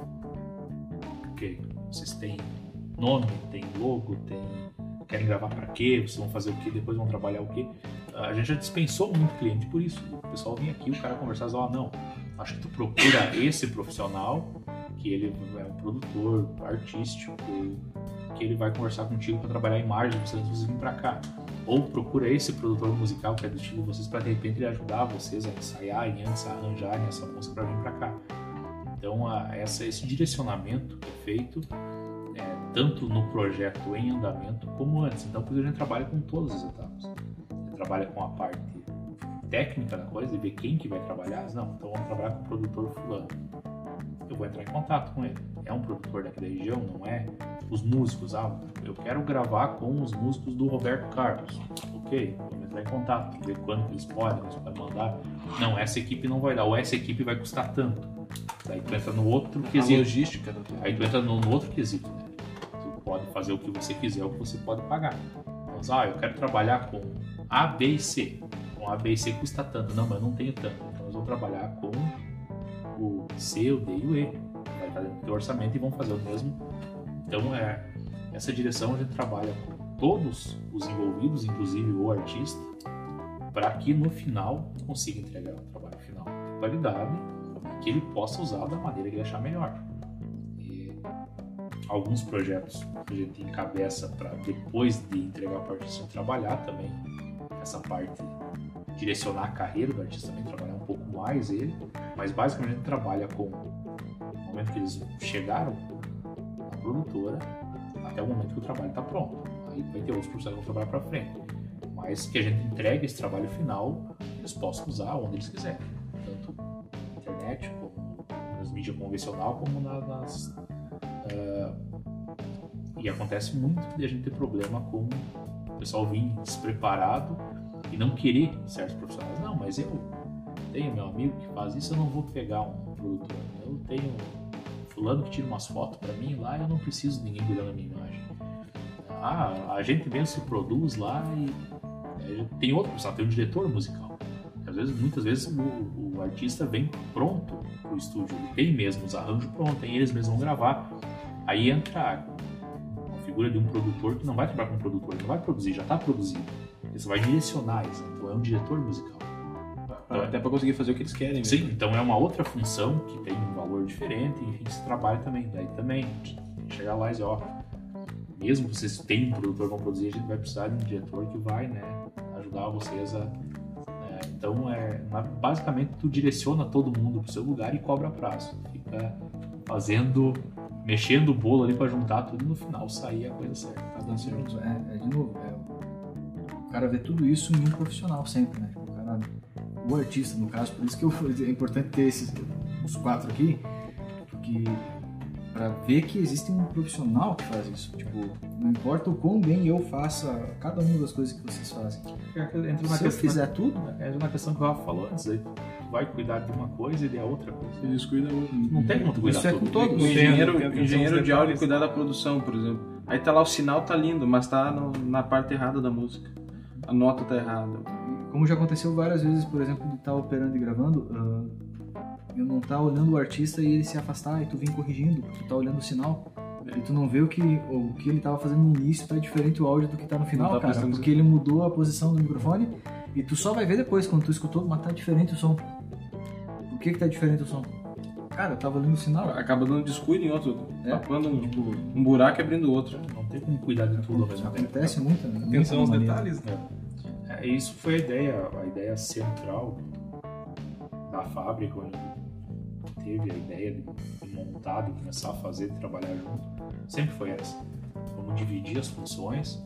Ok, vocês têm nome, tem logo, querem gravar para quê, vocês vão fazer o quê, depois vão trabalhar o quê. A gente já dispensou muito cliente por isso. O pessoal vinha aqui, o cara conversar e dizer, não, acho que tu procura esse profissional, que ele é um produtor artístico, que ele vai conversar contigo para trabalhar a imagem, vocês virem para cá. Ou procura esse produtor musical que é do estilo de vocês para de repente ele ajudar vocês a ensaiarem antes, a arranjarem essa música para vir para cá. Então esse direcionamento que é feito tanto no projeto em andamento como antes. Então, por isso a gente trabalha com todas as etapas. A gente trabalha com a parte técnica da coisa, de ver quem que vai trabalhar. Não, então vamos trabalhar com o produtor fulano. Eu vou entrar em contato com ele. É um produtor daqui da região, não é? Os músicos, eu quero gravar com os músicos do Roberto Carlos. Ok, vamos entrar em contato, ver quando eles podem mandar. Não, essa equipe não vai dar, ou essa equipe vai custar tanto. Daí tu entra no outro quesito. A logística. Aí tu entra no outro quesito, né? Pode fazer o que você quiser, o que você pode pagar. Então, eu quero trabalhar com A, B e C. Com A, B e C custa tanto. Não, mas eu não tenho tanto. Então, nós vamos trabalhar com o C, o D e o E. Vai estar dentro do orçamento e vão fazer o mesmo. Então, essa direção a gente trabalha com todos os envolvidos, inclusive o artista, para que no final consiga entregar o trabalho final de qualidade, que ele possa usar da maneira que ele achar melhor. Alguns projetos a gente encabeça para depois de entregar para o artista trabalhar também essa parte, direcionar a carreira do artista também, trabalhar um pouco mais ele, mas basicamente a gente trabalha com o momento que eles chegaram na produtora até o momento que o trabalho está pronto. Aí vai ter outros profissionais que vão trabalhar para frente, mas que a gente entregue esse trabalho final, eles possam usar onde eles quiserem, tanto na internet, como nas mídias convencional, como nas e acontece muito de a gente ter problema com o pessoal vir despreparado e não querer certos profissionais. Não, mas eu tenho meu amigo que faz isso, eu não vou pegar um produtor. Eu tenho fulano que tira umas fotos para mim lá, eu não preciso de ninguém cuidando da minha imagem. a gente mesmo se produz lá e tem outro profissional, tem um diretor musical. Muitas vezes o artista vem pronto pro estúdio, ele tem mesmo os arranjos prontos, eles mesmos vão gravar. Aí entra a figura de um produtor que não vai trabalhar com um produtor, ele não vai produzir, já está produzido. Ele só vai direcionar isso, então é um diretor musical. Então, até para conseguir fazer o que eles querem. Sim, mesmo. Então é uma outra função que tem um valor diferente, enfim, se trabalha também. Daí também, chegar lá e dizer, mesmo que vocês tenham um produtor que vão produzir, a gente vai precisar de um diretor que vai, né, ajudar vocês a... Então, basicamente, tu direciona todo mundo pro seu lugar e cobra prazo. Fica mexendo o bolo ali para juntar tudo e no final sair a coisa certa. Tá dando certo. De novo, o cara vê tudo isso em um profissional sempre, né? O artista, no caso, por isso que é importante ter os 4 aqui, porque para ver que existe um profissional que faz isso. Tipo, não importa o quão bem eu faça cada uma das coisas que vocês fazem. Se eu fizer tudo... É uma questão que o Rafa falou antes, aí tu vai cuidar de uma coisa e de outra coisa. Você descuida o... Não tem como tu cuidar isso é com todos. O engenheiro de áudio cuidar da produção, por exemplo. Aí tá lá o sinal, tá lindo, mas tá na parte errada da música. A nota tá errada. Como já aconteceu várias vezes, por exemplo, de estar operando e gravando, eu não estar olhando o artista e ele se afastar e tu vir corrigindo, tu tá olhando o sinal e tu não vê o que ele tava fazendo no início tá diferente o áudio do que tá no final, cara, porque ele mudou a posição do microfone e tu só vai ver depois quando tu escutou, mas tá diferente o som. Por que tá diferente o som? Cara, eu tava olhando o sinal. Acaba dando descuido em outro, tapando um buraco e abrindo outro. Não tem como cuidar de tudo ao mesmo tempo. Acontece muito, né? Atenção aos detalhes, né? Isso foi a ideia central da fábrica, onde teve a ideia de montar, de começar a fazer, de trabalhar junto. Sempre foi essa. Vamos dividir as funções.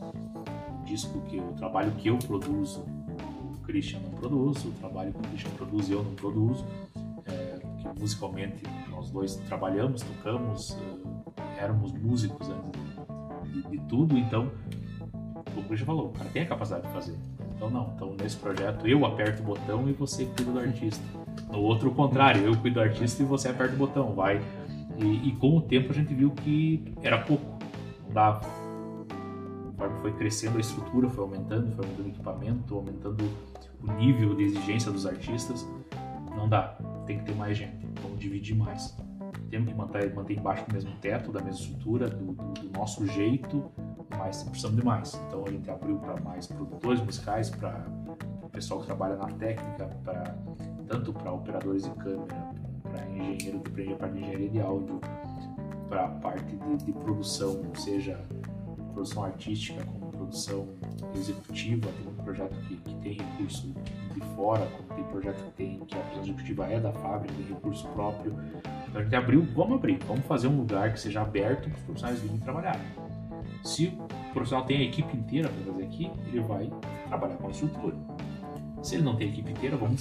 O trabalho que eu produzo, o Christian não produz, o trabalho que o Christian produz eu não produzo. Que musicalmente nós dois trabalhamos, tocamos, éramos músicos antes de tudo, então o Christian falou, o cara tem a capacidade de fazer. Então nesse projeto eu aperto o botão e você cuida do artista. No outro, o contrário, eu cuido do artista e você aperta o botão, vai. E com o tempo a gente viu que era pouco, não dava. Conforme foi crescendo a estrutura, foi aumentando o equipamento, aumentando o nível de exigência dos artistas, não dá, tem que ter mais gente, vamos dividir mais. Temos que manter embaixo do mesmo teto, da mesma estrutura, do nosso jeito, mas precisamos de mais. Então a gente abriu para mais produtores musicais, para o pessoal que trabalha na técnica, tanto para operadores de câmera, para engenheiro que aprende a parte de engenharia de áudio, para a parte de produção, seja produção artística como produção executiva. Tem um projeto que tem recurso de fora, como tem projeto que a produção executiva é da fábrica, tem recurso próprio. Então a gente vamos fazer um lugar que seja aberto para os profissionais virem trabalhar. Se o profissional tem a equipe inteira para fazer aqui, ele vai trabalhar com a estrutura. Se ele não tem a equipe inteira, vamos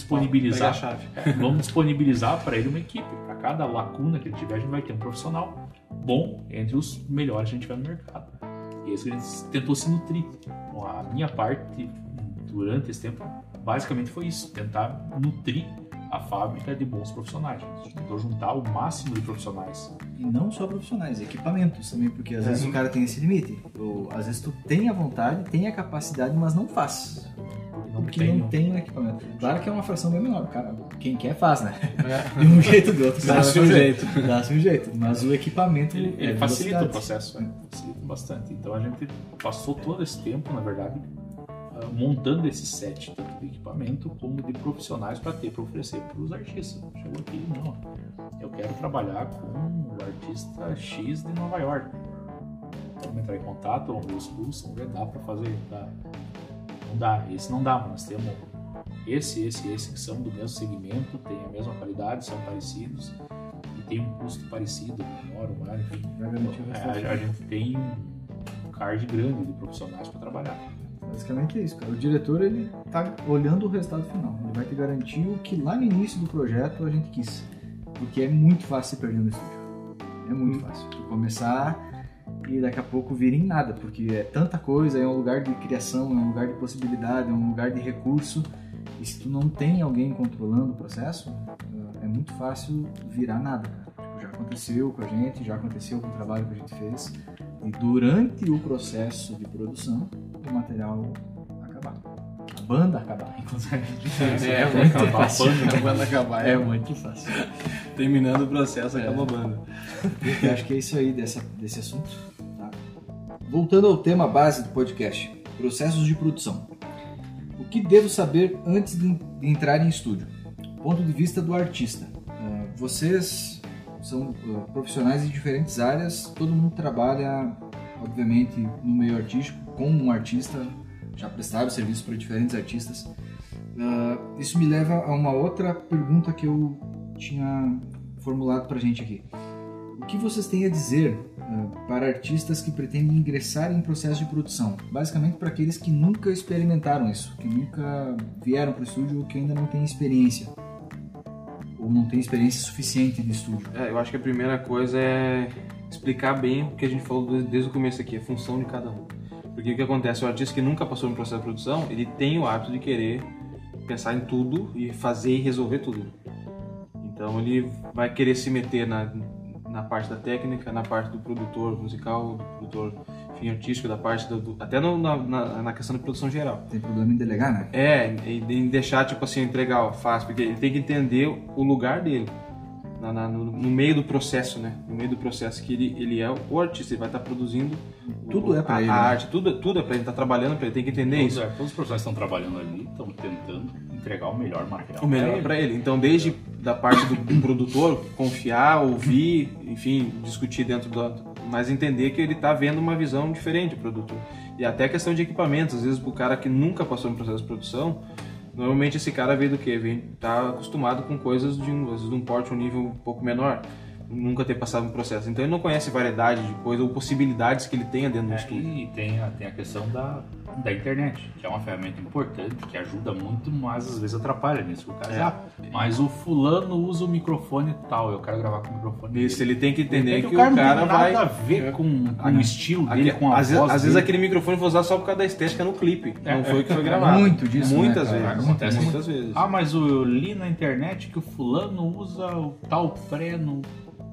disponibilizar para ele uma equipe. Para cada lacuna que ele tiver, a gente vai ter um profissional bom entre os melhores que a gente tiver no mercado. E é isso que a gente tentou se nutrir. Bom, a minha parte durante esse tempo basicamente foi isso, tentar nutrir a fábrica de bons profissionais. A gente tentou juntar o máximo de profissionais. E não só profissionais, equipamentos também, porque às vezes o cara tem esse limite. Às vezes tu tem a vontade, tem a capacidade, mas não faz. Porque não tem o equipamento. Claro que é uma fração bem menor. Cara, quem quer faz, né? De um jeito ou do outro. Dá-se um jeito. Mas o equipamento... Ele facilita o processo, facilita bastante. Então a gente passou todo esse tempo, na verdade, montando esse set, tanto de equipamento como de profissionais para oferecer para os artistas. Chegou aqui, não, eu quero trabalhar com o artista X de Nova York. Vamos entrar em contato, vamos ver os custos, vamos ver, dá para fazer, dá. Não dá, esse não dá, mas nós temos esse que são do mesmo segmento, tem a mesma qualidade, são parecidos e tem um custo parecido, menor ou maior, enfim. A gente tem um card grande de profissionais para trabalhar. Basicamente é isso, cara. O diretor, ele tá olhando o resultado final. Ele vai te garantir o que lá no início do projeto a gente quis. Porque é muito fácil se perder no estúdio. É muito fácil. Tu começar e daqui a pouco vir em nada, porque é tanta coisa, é um lugar de criação, é um lugar de possibilidade, é um lugar de recurso. E se tu não tem alguém controlando o processo, é muito fácil virar nada, cara. Tipo, já aconteceu com a gente, já aconteceu com o trabalho que a gente fez. de durante o processo de produção o material acabar. A banda acabar, inclusive. É muito fácil. A banda acabar. É muito fácil. Terminando o processo, acaba a banda. Eu acho que é isso aí desse assunto. Tá? Voltando ao tema base do podcast, processos de produção. O que devo saber antes de entrar em estúdio? Ponto de vista do artista. Vocês são profissionais de diferentes áreas, todo mundo trabalha, obviamente, no meio artístico, com um artista, já prestaram serviço para diferentes artistas. Isso me leva a uma outra pergunta que eu tinha formulado para a gente aqui. O que vocês têm a dizer para artistas que pretendem ingressar em processo de produção? Basicamente para aqueles que nunca experimentaram isso, que nunca vieram para o estúdio ou que ainda não têm experiência. Ou não tem experiência suficiente de estúdio. Eu acho que a primeira coisa é explicar bem o que a gente falou desde o começo aqui, a função de cada um. Porque o que acontece, o artista que nunca passou no processo de produção, ele tem o hábito de querer pensar em tudo e fazer e resolver tudo. Então ele vai querer se meter na parte da técnica, na parte do produtor musical, do produtor artístico, da parte até na questão de produção geral. Tem problema em delegar, né? Em deixar, tipo assim, entregar fácil, porque ele tem que entender o lugar dele no meio do processo, né? No meio do processo que ele é o artista, ele vai estar produzindo tudo é para ele, a arte, tudo é para ele, tá trabalhando para ele, tem que entender isso. Todos os profissionais que estão trabalhando ali estão tentando entregar o melhor material. O melhor para ele. Então, desde da parte do produtor, confiar, ouvir, enfim, discutir dentro mas entender que ele está vendo uma visão diferente do produtor. E até a questão de equipamentos, às vezes o cara que nunca passou no processo de produção, normalmente esse cara veio do quê? Tá acostumado com coisas às vezes de um porte, um nível um pouco menor, nunca ter passado no processo. Então ele não conhece variedade de coisas ou possibilidades que ele tenha dentro do estúdio. E tem a questão da internet, que é uma ferramenta importante, que ajuda muito, mas às vezes atrapalha nisso. O cara mas o fulano usa o microfone tal, eu quero gravar com o microfone isso, dele. ele tem que entender que o cara vai... não tem nada a ver com o estilo dele, com a voz dele. Às vezes aquele microfone foi usado só por causa da estética no clipe, não foi o que foi gravado. Muito disso, muitas né, vezes. Acontece muitas vezes. Mas eu li na internet que o fulano usa o tal pré no...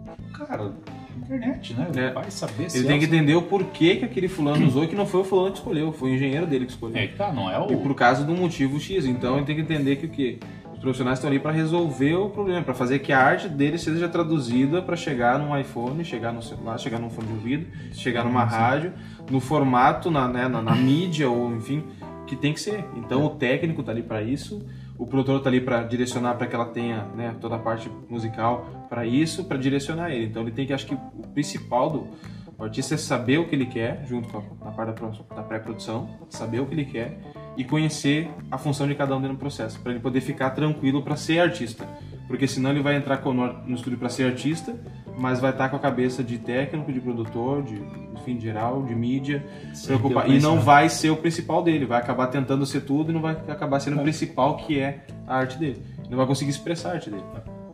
Cara, internet, né? Vai saber se ele tem que entender o porquê que aquele fulano usou e que não foi o fulano que escolheu, foi o engenheiro dele que escolheu. Não é o... E por causa de um motivo X, então ele tem que entender que o quê? Os profissionais estão ali para resolver o problema, para fazer que a arte dele seja traduzida para chegar num iPhone, chegar no celular, chegar num fone de ouvido, chegar numa rádio, no formato, na mídia, ou enfim, que tem que ser. Então o técnico está ali para isso, o produtor está ali para direcionar para que ela tenha, né, toda a parte musical para isso, para direcionar ele. Então ele tem que, acho que o principal do artista é saber o que ele quer, junto com a parte da pré-produção, saber o que ele quer e conhecer a função de cada um dentro do processo, para ele poder ficar tranquilo para ser artista. Porque senão ele vai entrar no estúdio para ser artista, mas vai estar com a cabeça de técnico, de produtor, de geral, de mídia, preocupado. E não vai ser o principal dele, vai acabar tentando ser tudo e não vai acabar sendo o principal, que é a arte dele. Não vai conseguir expressar a arte dele.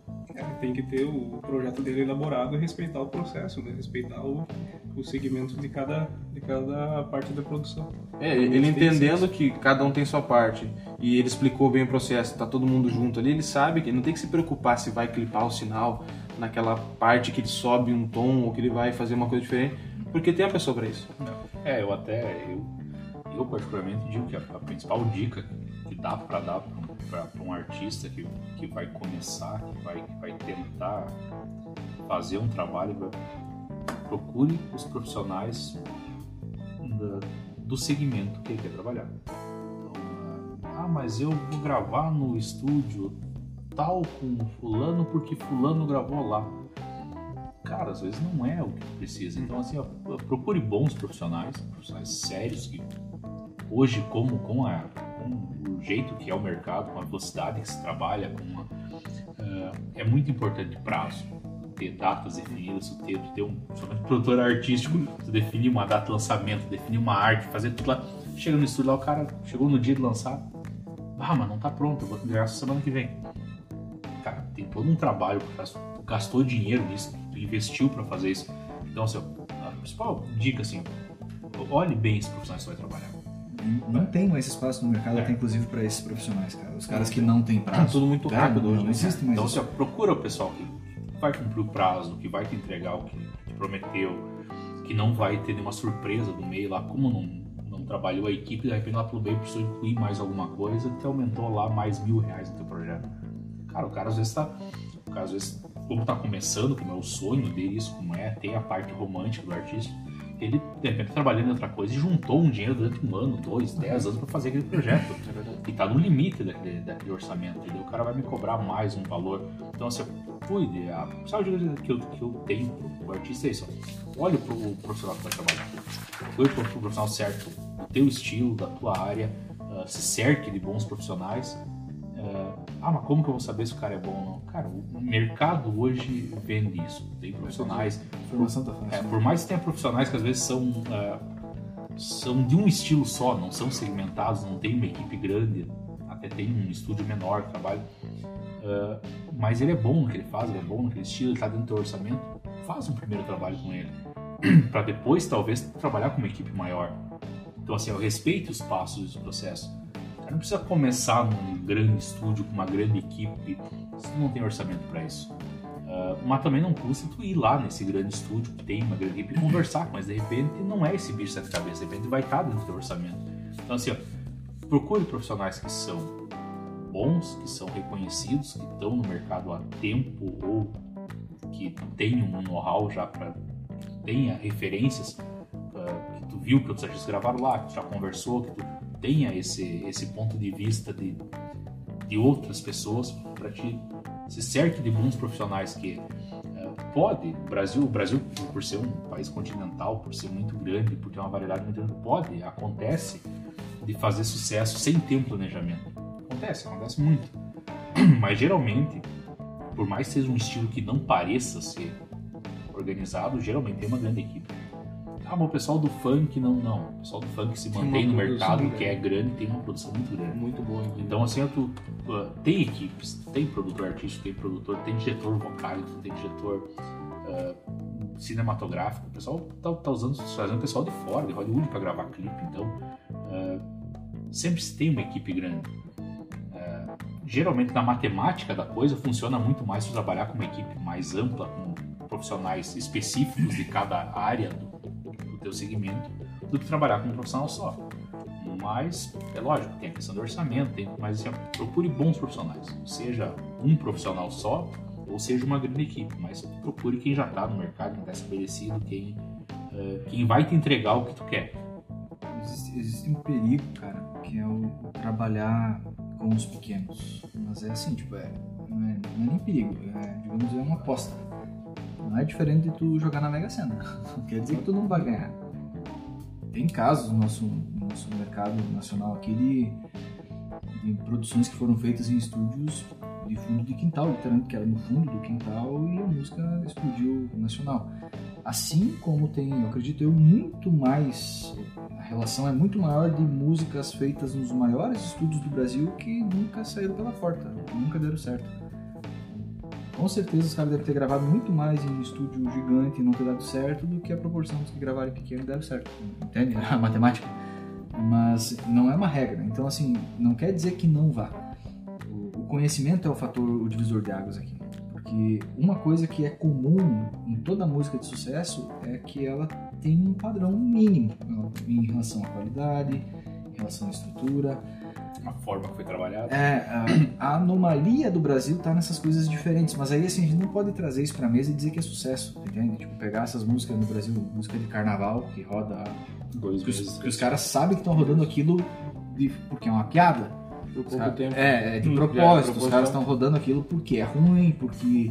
Tem que ter o projeto dele elaborado e respeitar o processo, né? Respeitar o segmento de cada parte da produção. Ele entendendo que cada um tem sua parte e ele explicou bem o processo, tá todo mundo junto ali, ele sabe que ele não tem que se preocupar se vai clipar o sinal naquela parte que ele sobe um tom ou que ele vai fazer uma coisa diferente, porque tem a pessoa para isso. Eu particularmente digo que a principal dica que dá para dar para um artista que vai começar, que vai tentar fazer um trabalho, procure os profissionais do segmento que ele quer trabalhar. Então, mas eu vou gravar no estúdio tal com fulano porque fulano gravou lá. Cara, às vezes não é o que precisa. Então, assim, procure bons profissionais sérios que hoje, com o jeito que é o mercado, com a velocidade que se trabalha, é muito importante prazo, ter datas definidas, ter somente produtor artístico, você definir uma data de lançamento, definir uma arte, fazer tudo lá. Chega no estúdio lá, o cara chegou no dia de lançar, mas não tá pronto, eu vou entregar essa semana que vem. Cara, tem todo um trabalho, tu gastou dinheiro nisso, tu investiu para fazer isso. Então, assim, a principal dica, assim, olhe bem esses profissionais que você vai trabalhar. Não tem mais espaço no mercado, até inclusive para esses profissionais, cara. Os caras que não têm prazo. Tudo muito rápido hoje, não existe mais. Então, você procura o pessoal que vai cumprir o prazo, que vai te entregar o que te prometeu. que não vai ter nenhuma surpresa no meio lá, como não trabalhou a equipe, de repente ela pelo meio precisou incluir mais alguma coisa, então aumentou lá mais R$1.000 no teu projeto. Cara, o cara às vezes como tá começando, como é o sonho dele, isso como tem a parte romântica do artista, ele de repente trabalhando em outra coisa e juntou um dinheiro durante 1 ano, 2, 10 anos para fazer aquele projeto. E tá no limite daquele orçamento, entendeu? O cara vai me cobrar mais um valor. Então assim, cuide, a dica que eu tenho pro artista é isso: olhe pro profissional que vai trabalhar, olhe pro profissional certo, do teu estilo, da tua área, se cerque de bons profissionais. Mas como que eu vou saber se o cara é bom ou não? Cara, o mercado hoje vende isso. Tem profissionais. Informação tá fácil. Por mais que tenha profissionais que às vezes são de um estilo só, não são segmentados, não tem uma equipe grande, até tem um estúdio menor que trabalha. Mas ele é bom no que ele faz, ele é bom naquele estilo, ele está dentro do teu orçamento. Faz um primeiro trabalho com ele, para depois talvez trabalhar com uma equipe maior. Então assim, eu respeito os passos do processo. Não precisa começar num grande estúdio, com uma grande equipe, se não tem orçamento para isso. Mas também não custa tu ir lá nesse grande estúdio que tem uma grande equipe e conversar, mas de repente não é esse bicho de cabeça, de repente vai estar dentro do teu orçamento. Então assim, procure profissionais que são bons, que são reconhecidos, que estão no mercado há tempo ou que tenham um know-how já para tenha referências, que tu viu que outros artistas gravaram lá, que tu já conversou, que tu tenha esse ponto de vista de outras pessoas para te se cerque de bons profissionais que o Brasil por ser um país continental, por ser muito grande, por ter uma variedade muito grande, acontece de fazer sucesso sem ter um planejamento. Acontece muito. Mas geralmente, por mais que seja um estilo que não pareça ser organizado, geralmente tem uma grande equipe. Mas o pessoal do funk não. O pessoal do funk se mantém no mercado, que é grande, tem uma produção muito grande. Muito boa. Então assim, tem equipes, tem produtor artístico, tem produtor, tem diretor vocálico, tem diretor cinematográfico. O pessoal tá trazendo o pessoal de fora, de Hollywood, para gravar clipe. Então sempre se tem uma equipe grande. Geralmente na matemática da coisa funciona muito mais se trabalhar com uma equipe mais ampla, com profissionais específicos de cada área do teu segmento, do que trabalhar com um profissional só. Mas é lógico, tem a questão do orçamento, mas assim, procure bons profissionais, seja um profissional só ou seja uma grande equipe, mas procure quem já está no mercado, quem está estabelecido, quem vai te entregar o que tu quer. Existe um perigo, cara, que é o trabalhar com os pequenos. Mas é assim, tipo, não é nem perigo, digamos, é uma aposta. Não é diferente de tu jogar na Mega Sena. Não quer dizer que tu não vai ganhar. Tem casos no nosso mercado nacional aqui de produções que foram feitas em estúdios de fundo de quintal, literalmente, que era no fundo do quintal, e a música explodiu nacional. Assim como tem, eu acredito, muito mais, a relação é muito maior de músicas feitas nos maiores estúdios do Brasil que nunca saíram pela porta, nunca deram certo. Com certeza os caras devem ter gravado muito mais em um estúdio gigante e não ter dado certo do que a proporção dos que gravaram em pequeno e deram certo. Entende? A matemática. Mas não é uma regra. Então, assim, não quer dizer que não vá. O conhecimento é o divisor de águas aqui. Porque uma coisa que é comum em toda música de sucesso é que ela tem um padrão mínimo em relação à qualidade, em relação à estrutura, a forma que foi trabalhada. A anomalia do Brasil tá nessas coisas diferentes, mas aí assim, a gente não pode trazer isso pra mesa e dizer que é sucesso, entende? Tipo, pegar essas músicas no Brasil, música de carnaval, que roda 2 meses, que os caras sabem que estão rodando aquilo porque é uma piada. Por pouco tempo. De propósito, os caras estão rodando aquilo porque é ruim, porque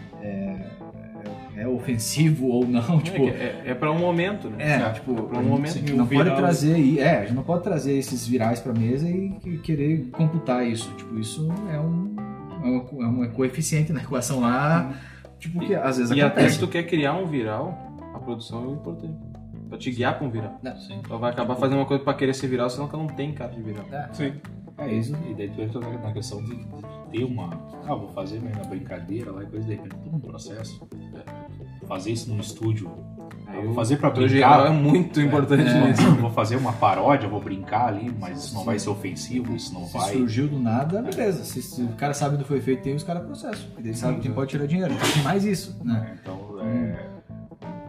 é ofensivo ou não, tipo... É pra um momento, né? Pra um momento. Não pode trazer, a gente não pode trazer esses virais pra mesa e querer computar isso. Tipo, isso é um coeficiente na equação lá, tipo, que às vezes acontece. Até se tu quer criar um viral, a produção é importante. Pra te guiar pra um viral. Sim. Ela vai acabar fazendo uma coisa pra querer ser viral, senão que ela não tem cara de viral. Sim. É isso. E daí tu entra na questão de ter uma... vou fazer meio na brincadeira lá e coisa, de repente todo um processo. Fazer isso num estúdio. Vou fazer pra brincar. É muito importante nisso. Vou fazer uma paródia, vou brincar ali, mas isso não vai ser ofensivo, isso não vai... Se surgiu do nada, beleza. Se o cara sabe do que foi feito, tem os caras processam. Porque eles sabem quem pode tirar dinheiro. Tem mais isso, né? Então,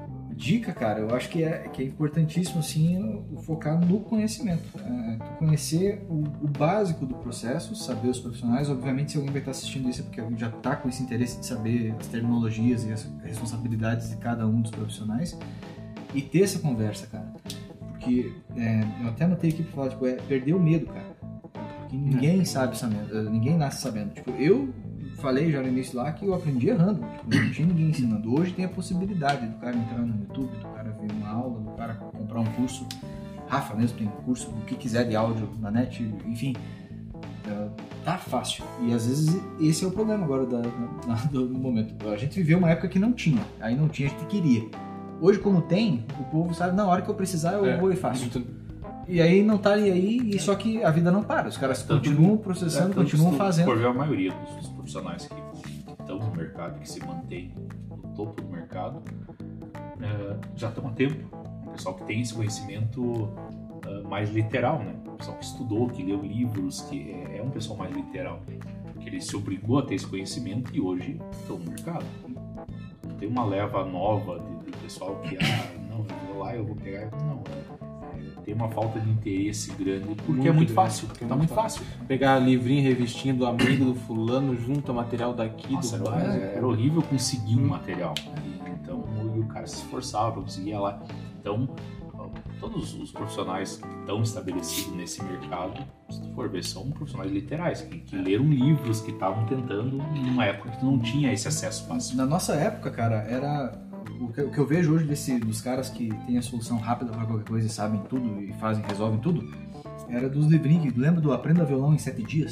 dica, cara, eu acho que é importantíssimo, assim, focar no conhecimento. Conhecer o básico do processo, saber os profissionais. Obviamente, se alguém vai estar assistindo isso é porque alguém já está com esse interesse de saber as terminologias e as responsabilidades de cada um dos profissionais. E ter essa conversa, cara. Porque eu até anotei aqui para falar, tipo, perder o medo, cara. Porque ninguém sabe sabendo, ninguém nasce sabendo. Tipo, eu falei já no início lá que eu aprendi errando, tipo, não tinha ninguém ensinando. Hoje tem a possibilidade do cara entrar no YouTube, do cara ver uma aula, do cara comprar um curso. Rafa mesmo tem curso do que quiser de áudio na net, enfim, tá fácil. E às vezes esse é o problema agora do momento. A gente viveu uma época que não tinha, aí não tinha, a gente queria. Hoje, como tem, o povo sabe, na hora que eu precisar eu vou e faço. E aí não tá aí, e só que a vida não para. Os caras continuam processando, continuam fazendo. Por ver a maioria dos profissionais que estão no mercado, que se mantêm no topo do mercado, já estão há tempo. O pessoal que tem esse conhecimento mais literal, né? O pessoal que estudou, que leu livros, que é um pessoal mais literal. Que ele se obrigou a ter esse conhecimento e hoje estão no mercado. Tem uma leva nova de pessoal que, não, eu vou lá, eu vou pegar. Não, tem uma falta de interesse grande, porque é muito fácil, porque tá muito fácil. Pegar livrinho, revistinha do amigo do fulano, junta material daqui, nossa, do básico. Era horrível conseguir um material. Então, o cara se esforçava para conseguir ir lá. Então, todos os profissionais que estão estabelecidos nesse mercado, se tu for ver, são profissionais literais, que leram livros, que estavam tentando numa época que tu não tinha esse acesso fácil. Na nossa época, cara, era... O que eu vejo hoje dos caras que têm a solução rápida para qualquer coisa e sabem tudo e resolvem tudo, era dos livrinhos. Lembra do Aprenda Violão em 7 Dias?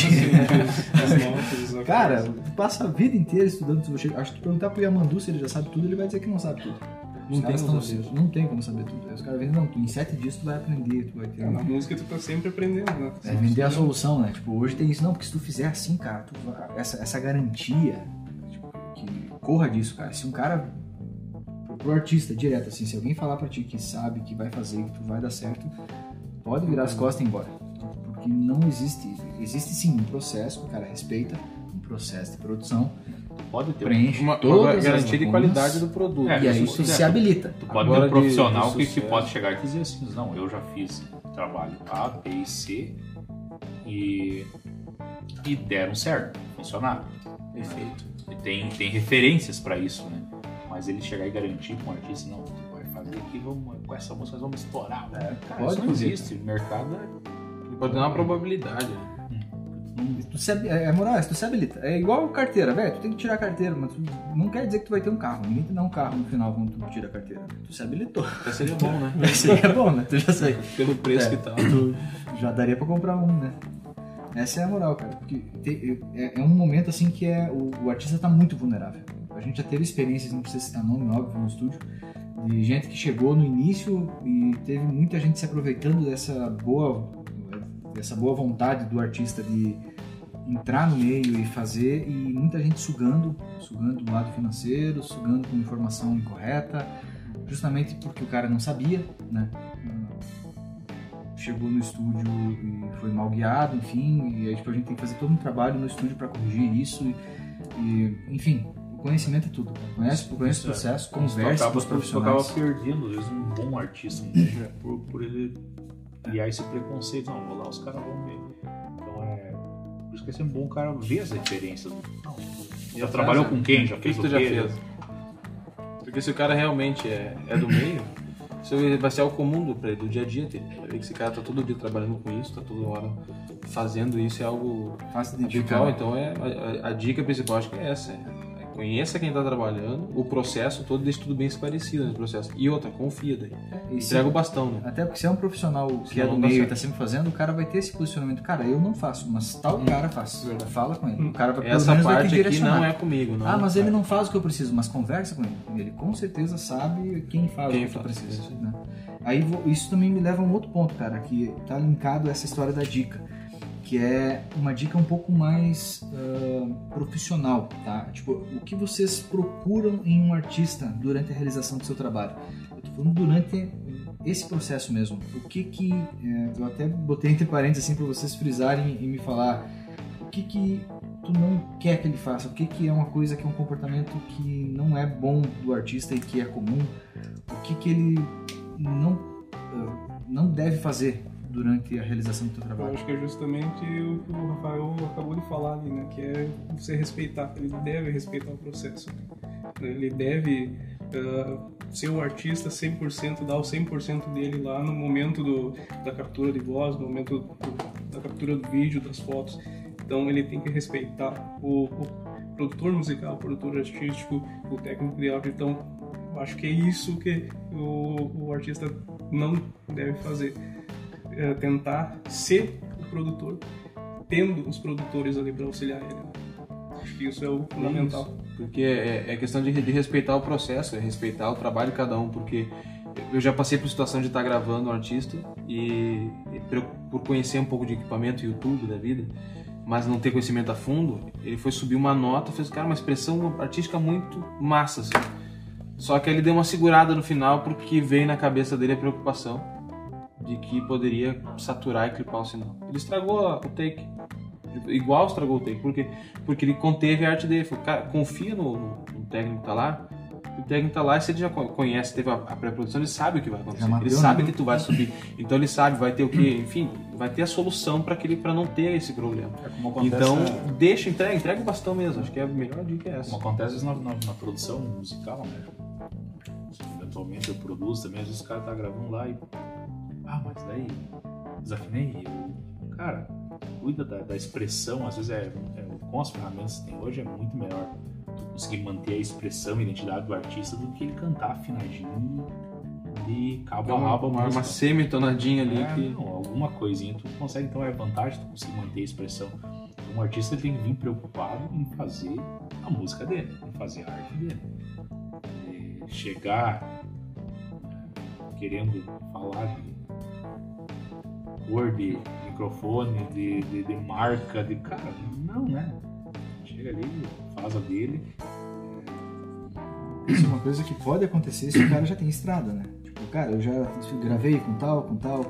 Cara, tu passa a vida inteira estudando. Acho que tu perguntar pro Yamandu se ele já sabe tudo, ele vai dizer que não sabe tudo. Não tem como saber tudo. Aí os caras dizem, não, em 7 dias tu vai aprender, tu vai ter... Na música tu tá sempre aprendendo, né? Vender a solução, né? Tipo, hoje tem isso, não, porque se tu fizer assim, cara, essa garantia, tipo, que corra disso, cara. Se um cara... Pro artista, direto, assim, se alguém falar pra ti que sabe, que vai fazer, que tu vai dar certo, pode virar as costas e ir embora. Porque não existe sim um processo, o cara respeita um processo de produção, pode ter preenche uma garantia de qualidade do produto. E aí tu se habilita. Tu pode ter um profissional que pode chegar e dizer assim, não, eu já fiz trabalho A, B e C e deram certo, funcionaram. Perfeito. E tem referências pra isso, né? Mas ele chegar e garantir para um artista, não, tu vai fazer aqui, com essa música nós vamos estourar. Cara, pode, isso não existe, o mercado pode dar uma probabilidade. Tu se habilita. É igual carteira, velho, tu tem que tirar a carteira, mas tu não quer dizer que tu vai ter um carro. Ninguém te dá um carro no final quando tu tira a carteira. Tu se habilitou. Até seria bom, né? Seria bom, né? Tu já sei. Pelo preço que tá. Tu já daria pra comprar um, né? Essa é a moral, cara. Porque é um momento assim que o artista tá muito vulnerável. A gente já teve experiências, não precisa citar nome, óbvio, no estúdio, de gente que chegou no início e teve muita gente se aproveitando dessa boa vontade do artista de entrar no meio e fazer, e muita gente sugando do lado financeiro, sugando com informação incorreta, justamente porque o cara não sabia, né? Chegou no estúdio e foi mal guiado, enfim, e aí tipo, a gente tem que fazer todo um trabalho no estúdio para corrigir isso, e enfim, o conhecimento é tudo. Conhece o processo, conversa com os profissionais. Tu acaba perdendo, às vezes, um bom artista por ele criar esse preconceito. Não, vou lá, os caras vão ver. Então por isso que é sempre bom o cara ver as referências. Já trabalhou com quem? Já fez o quê? Porque se o cara realmente é do meio, isso vai ser algo comum do dia a dia dele. Vai ver que esse cara tá todo dia trabalhando com isso, tá toda hora fazendo isso, é algo fácil de identificar. Então a dica principal acho que é essa. Conheça quem está trabalhando, o processo todo, deixa tudo bem esclarecido no processo. E outra, confia daí. Entrega o bastão, né? Até porque se é um profissional que é do meio e está sempre fazendo, o cara vai ter esse posicionamento. Cara, eu não faço, mas tal cara faz. Fala com ele. O cara vai, essa parte aqui não é comigo. Não mas ele não faz o que eu preciso, mas conversa com ele. Ele com certeza sabe quem faz o que eu preciso. Né? Aí isso também me leva a um outro ponto, cara, que está linkado a essa história da dica. Que é uma dica um pouco mais profissional, tá? Tipo, o que vocês procuram em um artista durante a realização do seu trabalho? Eu tô falando durante esse processo mesmo. O que eu até botei entre parênteses assim para vocês frisarem e me falar o que tu não quer que ele faça, o que que é uma coisa que é um comportamento que não é bom do artista e que é comum, o que que ele não deve fazer durante a realização do teu Eu trabalho. acho que é justamente o que o Rafael acabou de falar ali, né? Que é você respeitar. Ele deve respeitar o processo. Ele deve ser o artista 100%, dar o 100% dele lá no momento da captura de voz, no momento da captura do vídeo, das fotos. Então ele tem que respeitar o produtor musical, o produtor artístico, o técnico de áudio. Então acho que é isso que o artista não deve fazer. Tentar ser o produtor, tendo os produtores ali para auxiliar ele. Acho que isso é o fundamental. Isso, porque é questão de respeitar o processo, é respeitar o trabalho de cada um, porque eu já passei por situação de estar gravando um artista e por conhecer um pouco de equipamento YouTube da vida, mas não ter conhecimento a fundo, ele foi subir uma nota, fez, cara, uma expressão artística muito massa, assim. Só que ele deu uma segurada no final porque veio na cabeça dele a preocupação de que poderia saturar e clipar o sinal. Ele estragou o take. Igual estragou o take. Por quê? Porque ele conteve a arte dele. Falou, cara, confia no técnico que tá lá. O técnico tá lá e se ele já conhece, teve a pré-produção, ele sabe o que vai acontecer. Ele sabe que tu vai subir. Então ele sabe, vai ter o quê? Enfim, vai ter a solução para não ter esse problema. Então, entrega o bastão mesmo. Acho que a melhor dica é essa. Como acontece na produção musical, né? Eventualmente eu produzo também, às vezes o cara tá gravando lá e... mas daí desafinei. Cara, cuida da expressão, às vezes com as ferramentas que tem hoje é muito melhor tu conseguir manter a expressão e a identidade do artista do que ele cantar afinadinho de cabo a rabo. Uma semi-tonadinha ali. Não, alguma coisinha tu consegue, então é vantagem tu conseguir manter a expressão. Então, um artista tem que vir preocupado em fazer a música dele, em fazer a arte dele. E chegar querendo falar de cor de microfone, de marca, de cara, não, né? Chega ali, faz a dele. Isso é uma coisa que pode acontecer se o cara já tem estrada, né? Tipo, cara, eu já gravei com tal,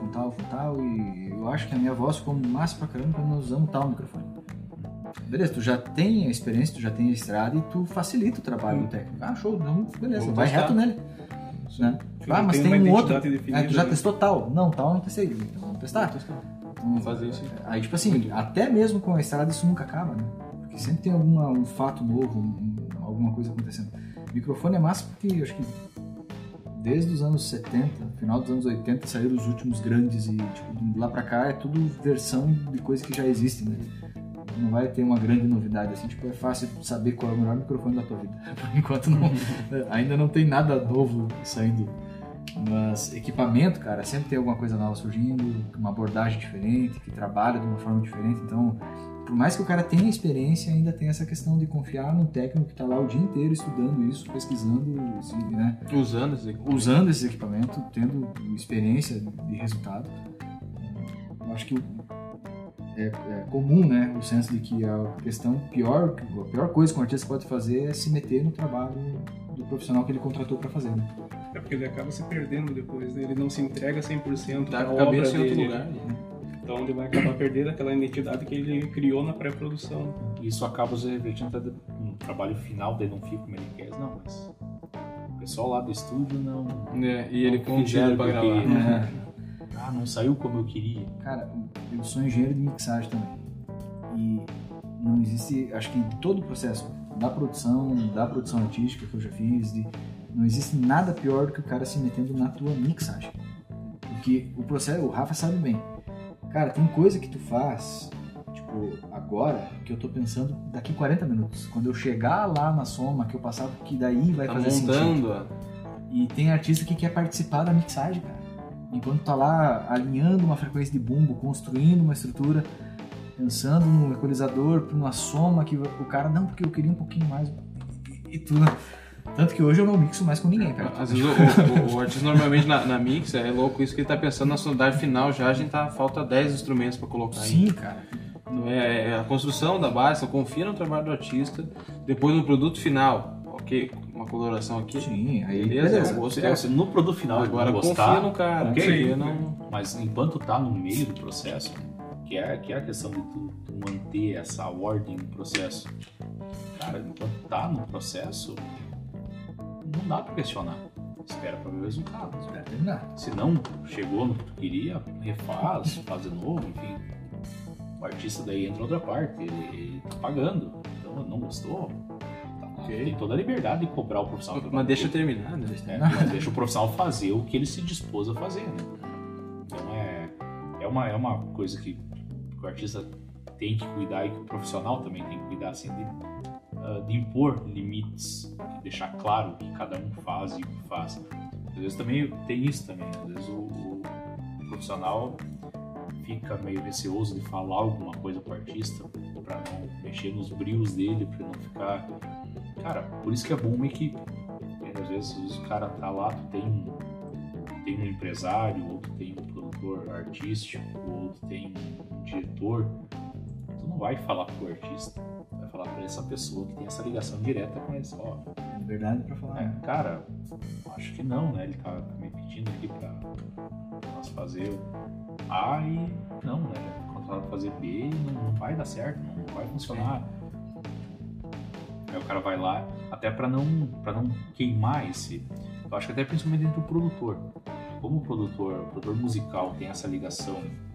e eu acho que a minha voz ficou massa pra caramba quando nós usamos tal microfone. Beleza, tu já tem a experiência, tu já tem a estrada e tu facilita o trabalho do técnico. Ah, show, então beleza, vai reto nele. Né? Mas tem um outro, tu já testou tal? Não, tal eu não testei, então vamos testar. Vamos fazer isso. Aí, tipo assim, até mesmo com a estrada isso nunca acaba, né? Porque sempre tem um fato novo, alguma coisa acontecendo. O microfone é massa porque eu acho que desde os anos 70, final dos anos 80, saíram os últimos grandes e tipo, lá pra cá é tudo versão de coisa que já existe, né? Não vai ter uma grande novidade, assim, tipo, é fácil saber qual é o melhor microfone da tua vida. Por enquanto ainda não tem nada novo saindo. Mas equipamento, cara, sempre tem alguma coisa nova surgindo, uma abordagem diferente, que trabalha de uma forma diferente. Então, por mais que o cara tenha experiência, ainda tem essa questão de confiar num técnico que está lá o dia inteiro estudando isso, pesquisando, né? Usando esse equipamento, tendo experiência de resultado. Eu acho que é comum, né, o senso de que a pior coisa que um artista pode fazer é se meter no trabalho do profissional que ele contratou para fazer, né? É porque ele acaba se perdendo depois, né? Ele não se entrega 100% da obra cabeça dele. em outro lugar. Então ele vai acabar perdendo aquela identidade que ele criou na pré-produção. Isso acaba se refletindo no trabalho final dele, não fica como ele quer, não, mas o pessoal lá do estúdio não... e ele continua para gravar. Não saiu como eu queria. Cara, eu sou engenheiro de mixagem também. E não existe, acho que em todo o processo da produção artística que eu já fiz, não existe nada pior do que o cara se metendo na tua mixagem. Porque o processo, o Rafa sabe bem. Cara, tem coisa que tu faz, tipo, agora, que eu tô pensando daqui 40 minutos. Quando eu chegar lá na soma, que eu passar, que daí vai fazer sentido. E tem artista que quer participar da mixagem, cara. Enquanto tá lá alinhando uma frequência de bumbo, construindo uma estrutura, pensando no equalizador, numa soma que o cara, não, porque eu queria um pouquinho mais e tudo. Tanto que hoje eu não mixo mais com ninguém, cara. Às vezes o artista normalmente na mix é louco isso que ele tá pensando na sonoridade final já, a gente falta 10 instrumentos pra colocar aí. Sim, cara. É a construção da base, você confia no trabalho do artista, depois no produto final, ok, uma coloração aqui. Sim, aí beleza. No produto final, agora gostar, confia no cara, okay, não... mas enquanto tá no meio do processo, que é a questão de tu manter essa ordem no processo. Cara, enquanto tá no processo, não dá pra questionar. Espera pra ver o resultado. Espera terminar. Se não chegou no que tu queria, refaz, faz de novo, enfim. O artista daí entra outra parte, ele tá pagando. Então, não gostou, Ok. tem toda a liberdade de cobrar o profissional. Mas deixa eu terminar, né? Mas deixa o profissional fazer o que ele se dispôs a fazer, né? Então é uma coisa que o artista tem que cuidar e que o profissional também tem que cuidar, assim, de impor limites, de deixar claro o que cada um faz e o que faz. Às vezes também tem isso também, às vezes o profissional fica meio receoso de falar alguma coisa pro artista para não mexer nos brios dele, para não ficar... Cara, por isso que é bom uma equipe. Às vezes o cara tá lá, tu tem um empresário, ou tu tem um produtor artístico, ou tu tem um diretor. Tu não vai falar pro artista, vai falar pra essa pessoa que tem essa ligação direta com ele. Ó, Liberdade pra falar. cara, acho que não, né? Ele tá me pedindo aqui pra nós fazer o A e não, né? Contratado pra fazer B e não vai dar certo, não vai funcionar. Aí o cara vai lá, até pra não queimar esse... Eu acho que até principalmente dentro do produtor. Como o produtor musical tem essa ligação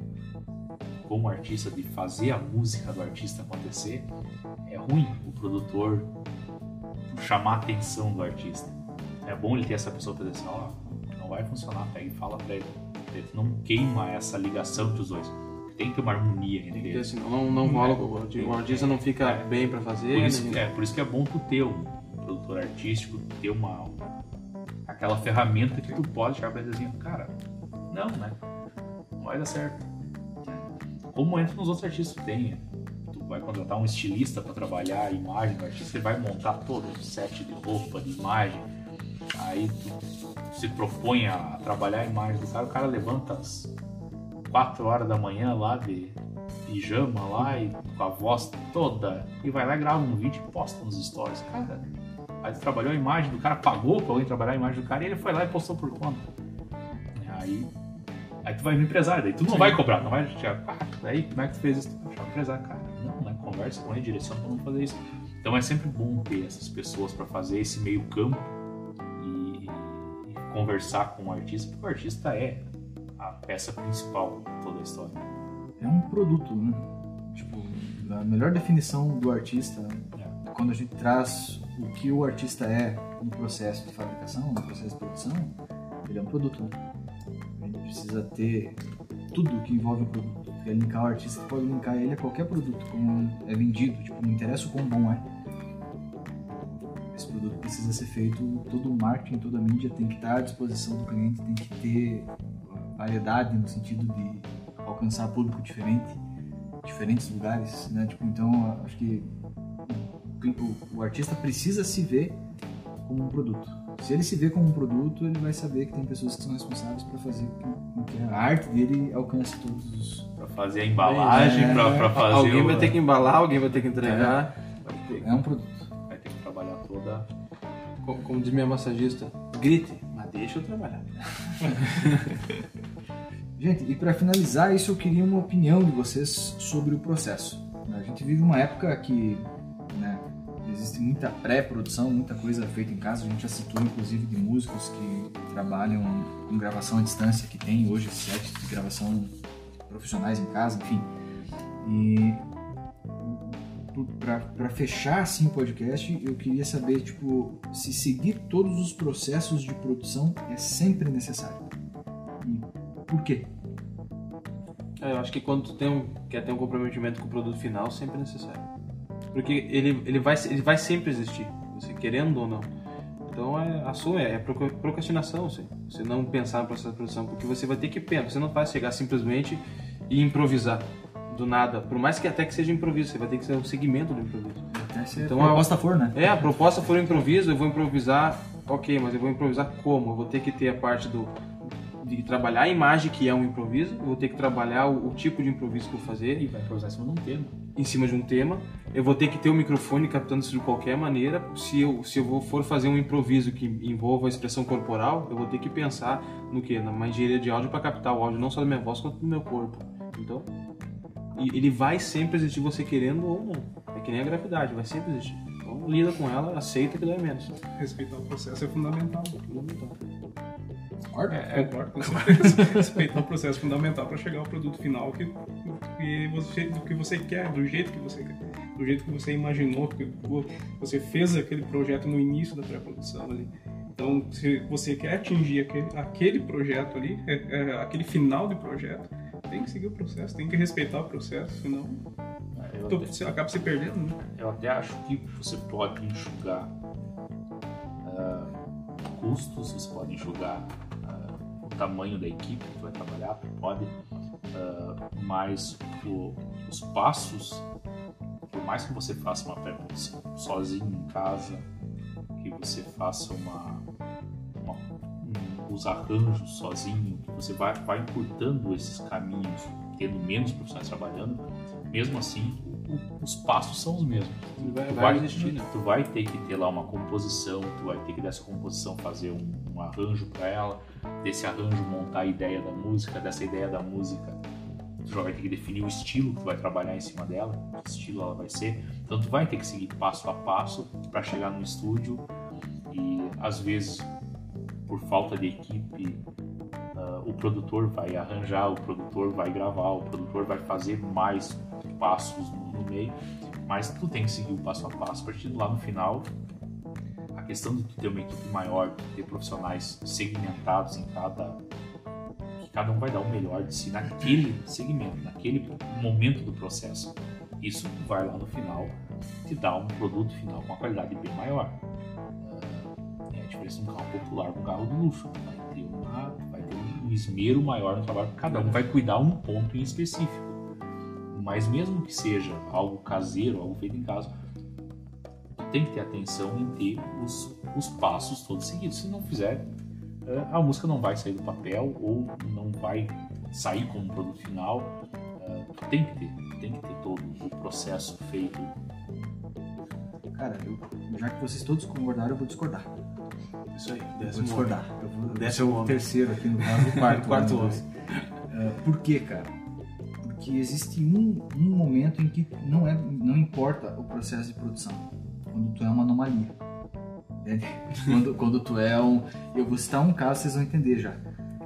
com o artista de fazer a música do artista acontecer, é ruim o produtor chamar a atenção do artista. É bom ele ter essa pessoa para dizer assim, ó, não vai funcionar, pega e fala pra ele. Ele não queima essa ligação entre os dois. Tem que ter uma harmonia entre Porque eles. senão não rola, o artista não fica bem pra fazer. Por isso que é bom tu ter um produtor artístico, ter aquela ferramenta que tu pode chegar pra ele assim, cara, não, né? Não vai dar certo. Como entra nos outros artistas que tem. Tu vai contratar um estilista pra trabalhar a imagem do artista, ele vai montar todo o set de roupa, de imagem. Aí tu se propõe a trabalhar a imagem do cara, o cara levanta às 4 horas da manhã lá de pijama lá e com a voz toda e vai lá e grava um vídeo e posta nos stories. Cara, aí tu trabalhou a imagem do cara, pagou pra alguém trabalhar a imagem do cara e ele foi lá e postou por conta. Aí tu vai no empresário, daí tu não vai cobrar, não vai chegar, daí como é que tu fez isso? Tu vai chamar o empresário, cara, não, né? Conversa com ele, direciona pra não fazer isso. Então é sempre bom ter essas pessoas pra fazer esse meio campo e conversar com o artista, porque o artista é a peça principal de toda a história. É um produto, né? Tipo, a melhor definição do artista é quando a gente traz o que o artista é no processo de fabricação, no processo de produção, ele é um produto, né? A gente precisa ter tudo que envolve o produto. Porque linkar o artista pode linkar ele a qualquer produto, como é vendido, tipo, não interessa o quão bom é. Esse produto precisa ser feito, todo o marketing, toda a mídia tem que estar à disposição do cliente, tem que ter variedade no sentido de alcançar público diferentes lugares, né? Tipo, então acho que o artista precisa se ver como um produto. Se ele se vê como um produto, ele vai saber que tem pessoas que são responsáveis para fazer com que a arte dele alcance todos os... Para fazer a embalagem, para fazer... Alguém vai ter que embalar, alguém vai ter que entregar. É um produto. Vai ter que trabalhar toda... Como diz minha massagista, grite, mas deixa eu trabalhar. Gente, e para finalizar isso, eu queria uma opinião de vocês sobre o processo. A gente vive uma época que, né, existe muita pré-produção, muita coisa feita em casa. A gente já citou, inclusive, de músicos que trabalham com gravação à distância, que tem hoje sets de gravação profissionais em casa, enfim. E para fechar assim o podcast, eu queria saber, tipo, se seguir todos os processos de produção é sempre necessário. E por quê? Eu acho que quando tu quer ter um comprometimento com o produto final, sempre é necessário. Porque ele vai sempre existir, você querendo ou não. Então é procrastinação, você não pensar no processo de produção, porque você vai ter que pensar, você não vai chegar simplesmente e improvisar do nada, por mais que até que seja improviso, você vai ter que ser um segmento do improviso. Até se então, a proposta for, né? A proposta for improviso, eu vou improvisar, ok, mas eu vou improvisar como? Eu vou ter que ter a parte de trabalhar a imagem que é um improviso, eu vou ter que trabalhar o tipo de improviso que eu vou fazer. E vai improvisar em cima de um tema. Em cima de um tema. Eu vou ter que ter o microfone captando isso de qualquer maneira. Se eu for fazer um improviso que envolva a expressão corporal, eu vou ter que pensar no quê? Numa engenharia de áudio para captar o áudio não só da minha voz, quanto do meu corpo. Então, E ele vai sempre existir, você querendo ou não. É que nem a gravidade, vai sempre existir. Então lida com ela, aceita que dói menos. Respeitar o processo é fundamental. Concordo? Com certeza. Respeitar o processo é fundamental para chegar ao produto final do que você quer, do jeito que você quer, do jeito que você imaginou, que você fez aquele projeto no início da pré-produção ali. Então, se você quer atingir aquele projeto ali, aquele final de projeto, tem que seguir o processo, tem que respeitar o processo, senão você acaba se perdendo, né? Eu até acho que você pode enxugar custos, você pode enxugar o tamanho da equipe que vai trabalhar, pode, mas os passos, por mais que você faça uma pré-produção sozinho em casa, que você faça os arranjos sozinho, que você vai encurtando esses caminhos, tendo menos profissionais trabalhando, mesmo assim os passos são os mesmos. Vai existir, né? Tu vai ter que ter lá uma composição, tu vai ter que dessa composição fazer um arranjo para ela, desse arranjo montar a ideia da música, dessa ideia da música tu já vai ter que definir o estilo que tu vai trabalhar em cima dela, que estilo ela vai ser. Então tu vai ter que seguir passo a passo para chegar no estúdio e às vezes por falta de equipe o produtor vai arranjar, o produtor vai gravar, o produtor vai fazer mais passos no meio, mas tu tem que seguir o passo a passo, partindo lá no final. A questão de tu ter uma equipe maior, ter profissionais segmentados em que cada um vai dar o melhor de si naquele segmento, naquele momento do processo. Isso vai lá no final te dar um produto final com uma qualidade bem maior. É a diferença de um carro popular com um carro de luxo. Vai ter um esmero maior no trabalho, cada um vai cuidar um ponto em específico. Mas mesmo que seja algo caseiro, algo feito em casa, tem que ter atenção em ter os passos todos seguidos. Se não fizer, a música não vai sair do papel ou não vai sair como um produto final. Tem que ter todo o processo feito. Cara, já que vocês todos concordaram, eu vou discordar. Isso aí, Eu vou discordar. Eu vou ser o homem. terceiro aqui no caso, o quarto. Quarto homem. Por quê, cara? Porque existe um momento em que não importa o processo de produção, quando tu é uma anomalia. Quando tu é um... Eu vou citar um caso, vocês vão entender já.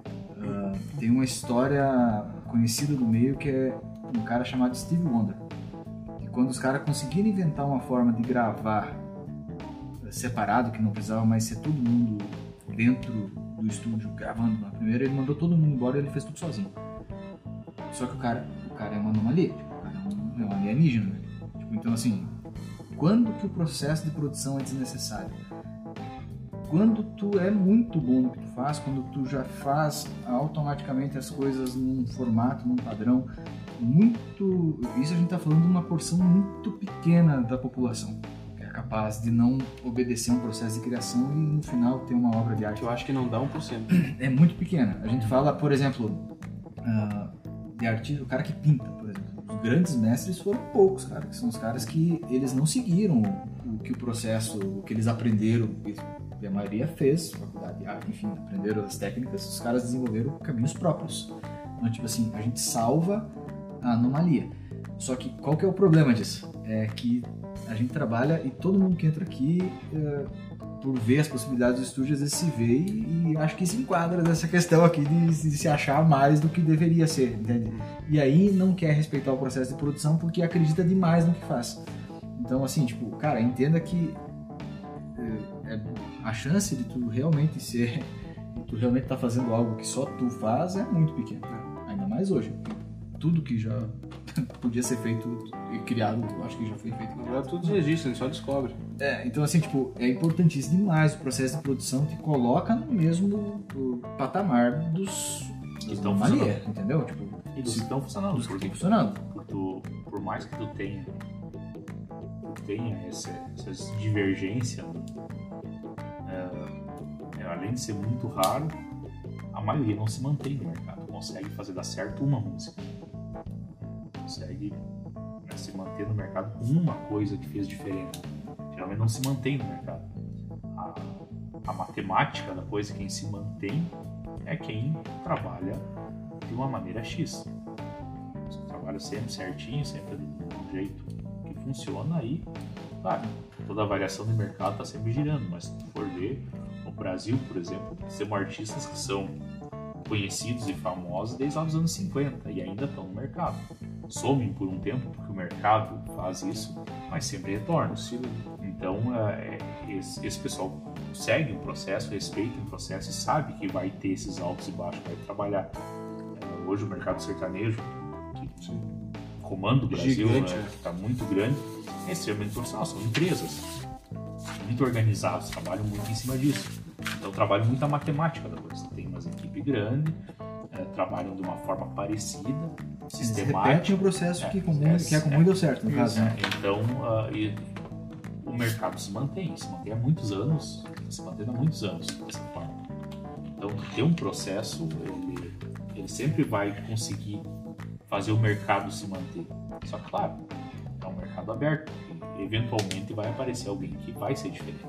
Tem uma história conhecida do meio que é um cara chamado Stevie Wonder. E quando os caras conseguiram inventar uma forma de gravar separado, que não precisava mais ser todo mundo dentro do estúdio gravando na primeira, ele mandou todo mundo embora e ele fez tudo sozinho. Só que o cara é uma anomalia, tipo, o cara é um alienígena, né? Tipo, então assim, quando que o processo de produção é desnecessário? Quando tu é muito bom no que tu faz, quando tu já faz automaticamente as coisas num formato, num padrão muito... Isso a gente tá falando de uma porção muito pequena da população, que é capaz de não obedecer um processo de criação e no final ter uma obra de arte. Eu acho que não dá 1%. É muito pequena. A gente fala, por exemplo, de artista, o cara que pinta, por exemplo. Os grandes mestres foram poucos, cara, que são os caras que eles não seguiram o processo, o que eles aprenderam, e a maioria fez faculdade de arte, enfim, aprenderam as técnicas, os caras desenvolveram caminhos próprios. Então, tipo assim, a gente salva a anomalia. Só que qual que é o problema disso? É que a gente trabalha e todo mundo que entra aqui, por ver as possibilidades do estúdio, às vezes se vê e acho que se enquadra nessa questão aqui de se achar mais do que deveria ser, entende? E aí não quer respeitar o processo de produção porque acredita demais no que faz. Então, assim, tipo, cara, entenda que a chance de tu realmente tá fazendo algo que só tu faz é muito pequena. Ainda mais hoje. Tudo que já podia ser feito e criado, eu acho que já foi feito. Agora tudo já existe, a gente só descobre. Então assim, tipo, é importantíssimo demais. O processo de produção te coloca no mesmo patamar dos que estão funcionando, entendeu? Tipo, e dos que estão funcionando. Dos que estão funcionando. Por mais que tu tenha essas divergências, além de ser muito raro, a maioria não se mantém no mercado. Consegue fazer dar certo uma música. Consegue se manter no mercado com uma coisa que fez diferença. Geralmente não se mantém no mercado. A matemática da coisa, quem se mantém é quem trabalha de uma maneira X. Você trabalho sempre certinho, sempre do jeito que funciona, aí, claro, toda a variação de mercado está sempre girando, mas se tu for ver, no Brasil, por exemplo, temos artistas que são conhecidos e famosos desde lá dos anos 50 e ainda estão no mercado. Somem por um tempo, porque o mercado faz isso, mas sempre retorna. Então, esse pessoal segue o processo, respeita o processo e sabe que vai ter esses altos e baixos, vai trabalhar. Hoje o mercado sertanejo, que comanda o Brasil, está muito grande, é extremamente profissional, são empresas muito organizadas, trabalham muito em cima disso. Então trabalham muito a matemática da coisa. Tem umas equipes grandes, trabalham de uma forma parecida, sistemática. Repetem o processo que é comum e deu certo, no caso. Então, o mercado se mantém há muitos anos, se mantém há muitos anos dessa forma. Então, ter um processo, ele sempre vai conseguir fazer o mercado se manter. Só que, claro, é um mercado aberto. E, eventualmente vai aparecer alguém que vai ser diferente.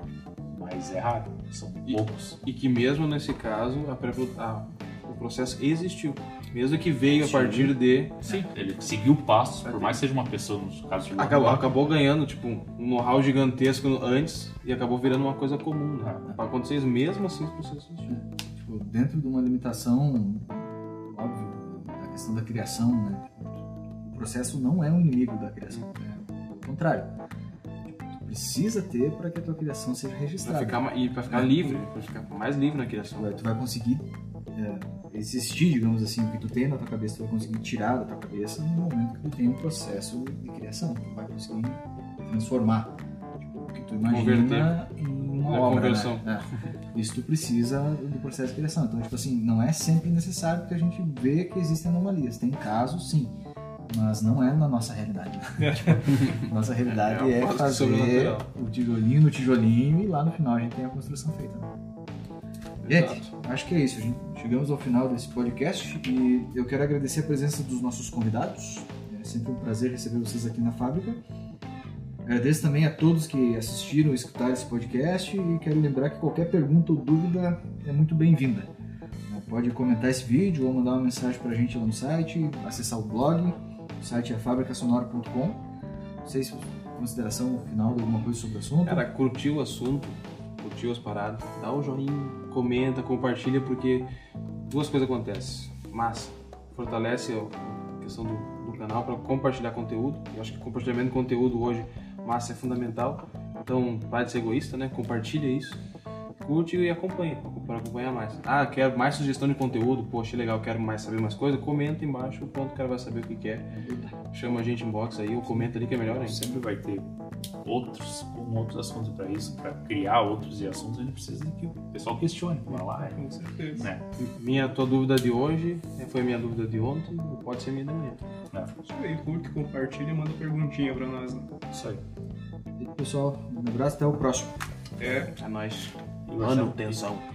Mas é raro, são poucos. E que mesmo nesse caso, o processo existiu. Mesmo que veio a partir de... Sim, ele seguiu passos, por mais que seja uma pessoa, no caso de acabou ganhando tipo, um know-how gigantesco antes e acabou virando uma coisa comum. Né? Para acontecer isso, mesmo assim, o processo existiu. Tipo, dentro de uma limitação, óbvio, da questão da criação, né? O processo não é um inimigo da criação, pelo contrário. Precisa ter para que a tua criação seja registrada. Para ficar livre, para ficar mais livre na criação. Tu vai conseguir existir, digamos assim, o que tu tem na tua cabeça, tu vai conseguir tirar da tua cabeça no momento que tu tem um processo de criação. Tu vai conseguir transformar o que tu imagina em uma obra, conversão. Né? Isso tu precisa do processo de criação. Então, tipo assim, não é sempre necessário, porque a gente vê que existem anomalias. Tem casos, sim. Mas não é na nossa realidade. Nossa realidade é fazer o tijolinho no tijolinho e lá no final a gente tem a construção feita. Né? Gente, acho que é isso. Chegamos ao final desse podcast e eu quero agradecer a presença dos nossos convidados. É sempre um prazer receber vocês aqui na fábrica. Agradeço também a todos que assistiram e escutaram esse podcast e quero lembrar que qualquer pergunta ou dúvida é muito bem-vinda. Pode comentar esse vídeo ou mandar uma mensagem pra gente lá no site, acessar o blog. O site é fabricasonora.com. Não sei se consideração final de alguma coisa sobre o assunto. Cara, curtiu o assunto, curtiu as paradas, dá um joinha, comenta, compartilha, porque duas coisas acontecem. Massa, fortalece a questão do canal para compartilhar conteúdo. Eu acho que compartilhamento de conteúdo hoje, massa, é fundamental. Então, para de ser egoísta, né? Compartilha isso. Curte e acompanha, para acompanhar mais. Quero mais sugestão de conteúdo, poxa, legal, quero saber mais coisas, comenta embaixo, o ponto o cara vai saber o que quer. Chama a gente em box aí, ou comenta ali que é melhor ainda. Sempre vai ter outros assuntos para isso, para criar outros assuntos, a gente precisa que o pessoal questione, vai lá. Com certeza. Né? Tua dúvida de hoje foi minha dúvida de ontem, ou pode ser minha de manhã. Isso aí, curte, compartilha e manda perguntinha para nós. Né? Isso aí. E pessoal, um abraço, até o próximo. É nóis. Manutenção.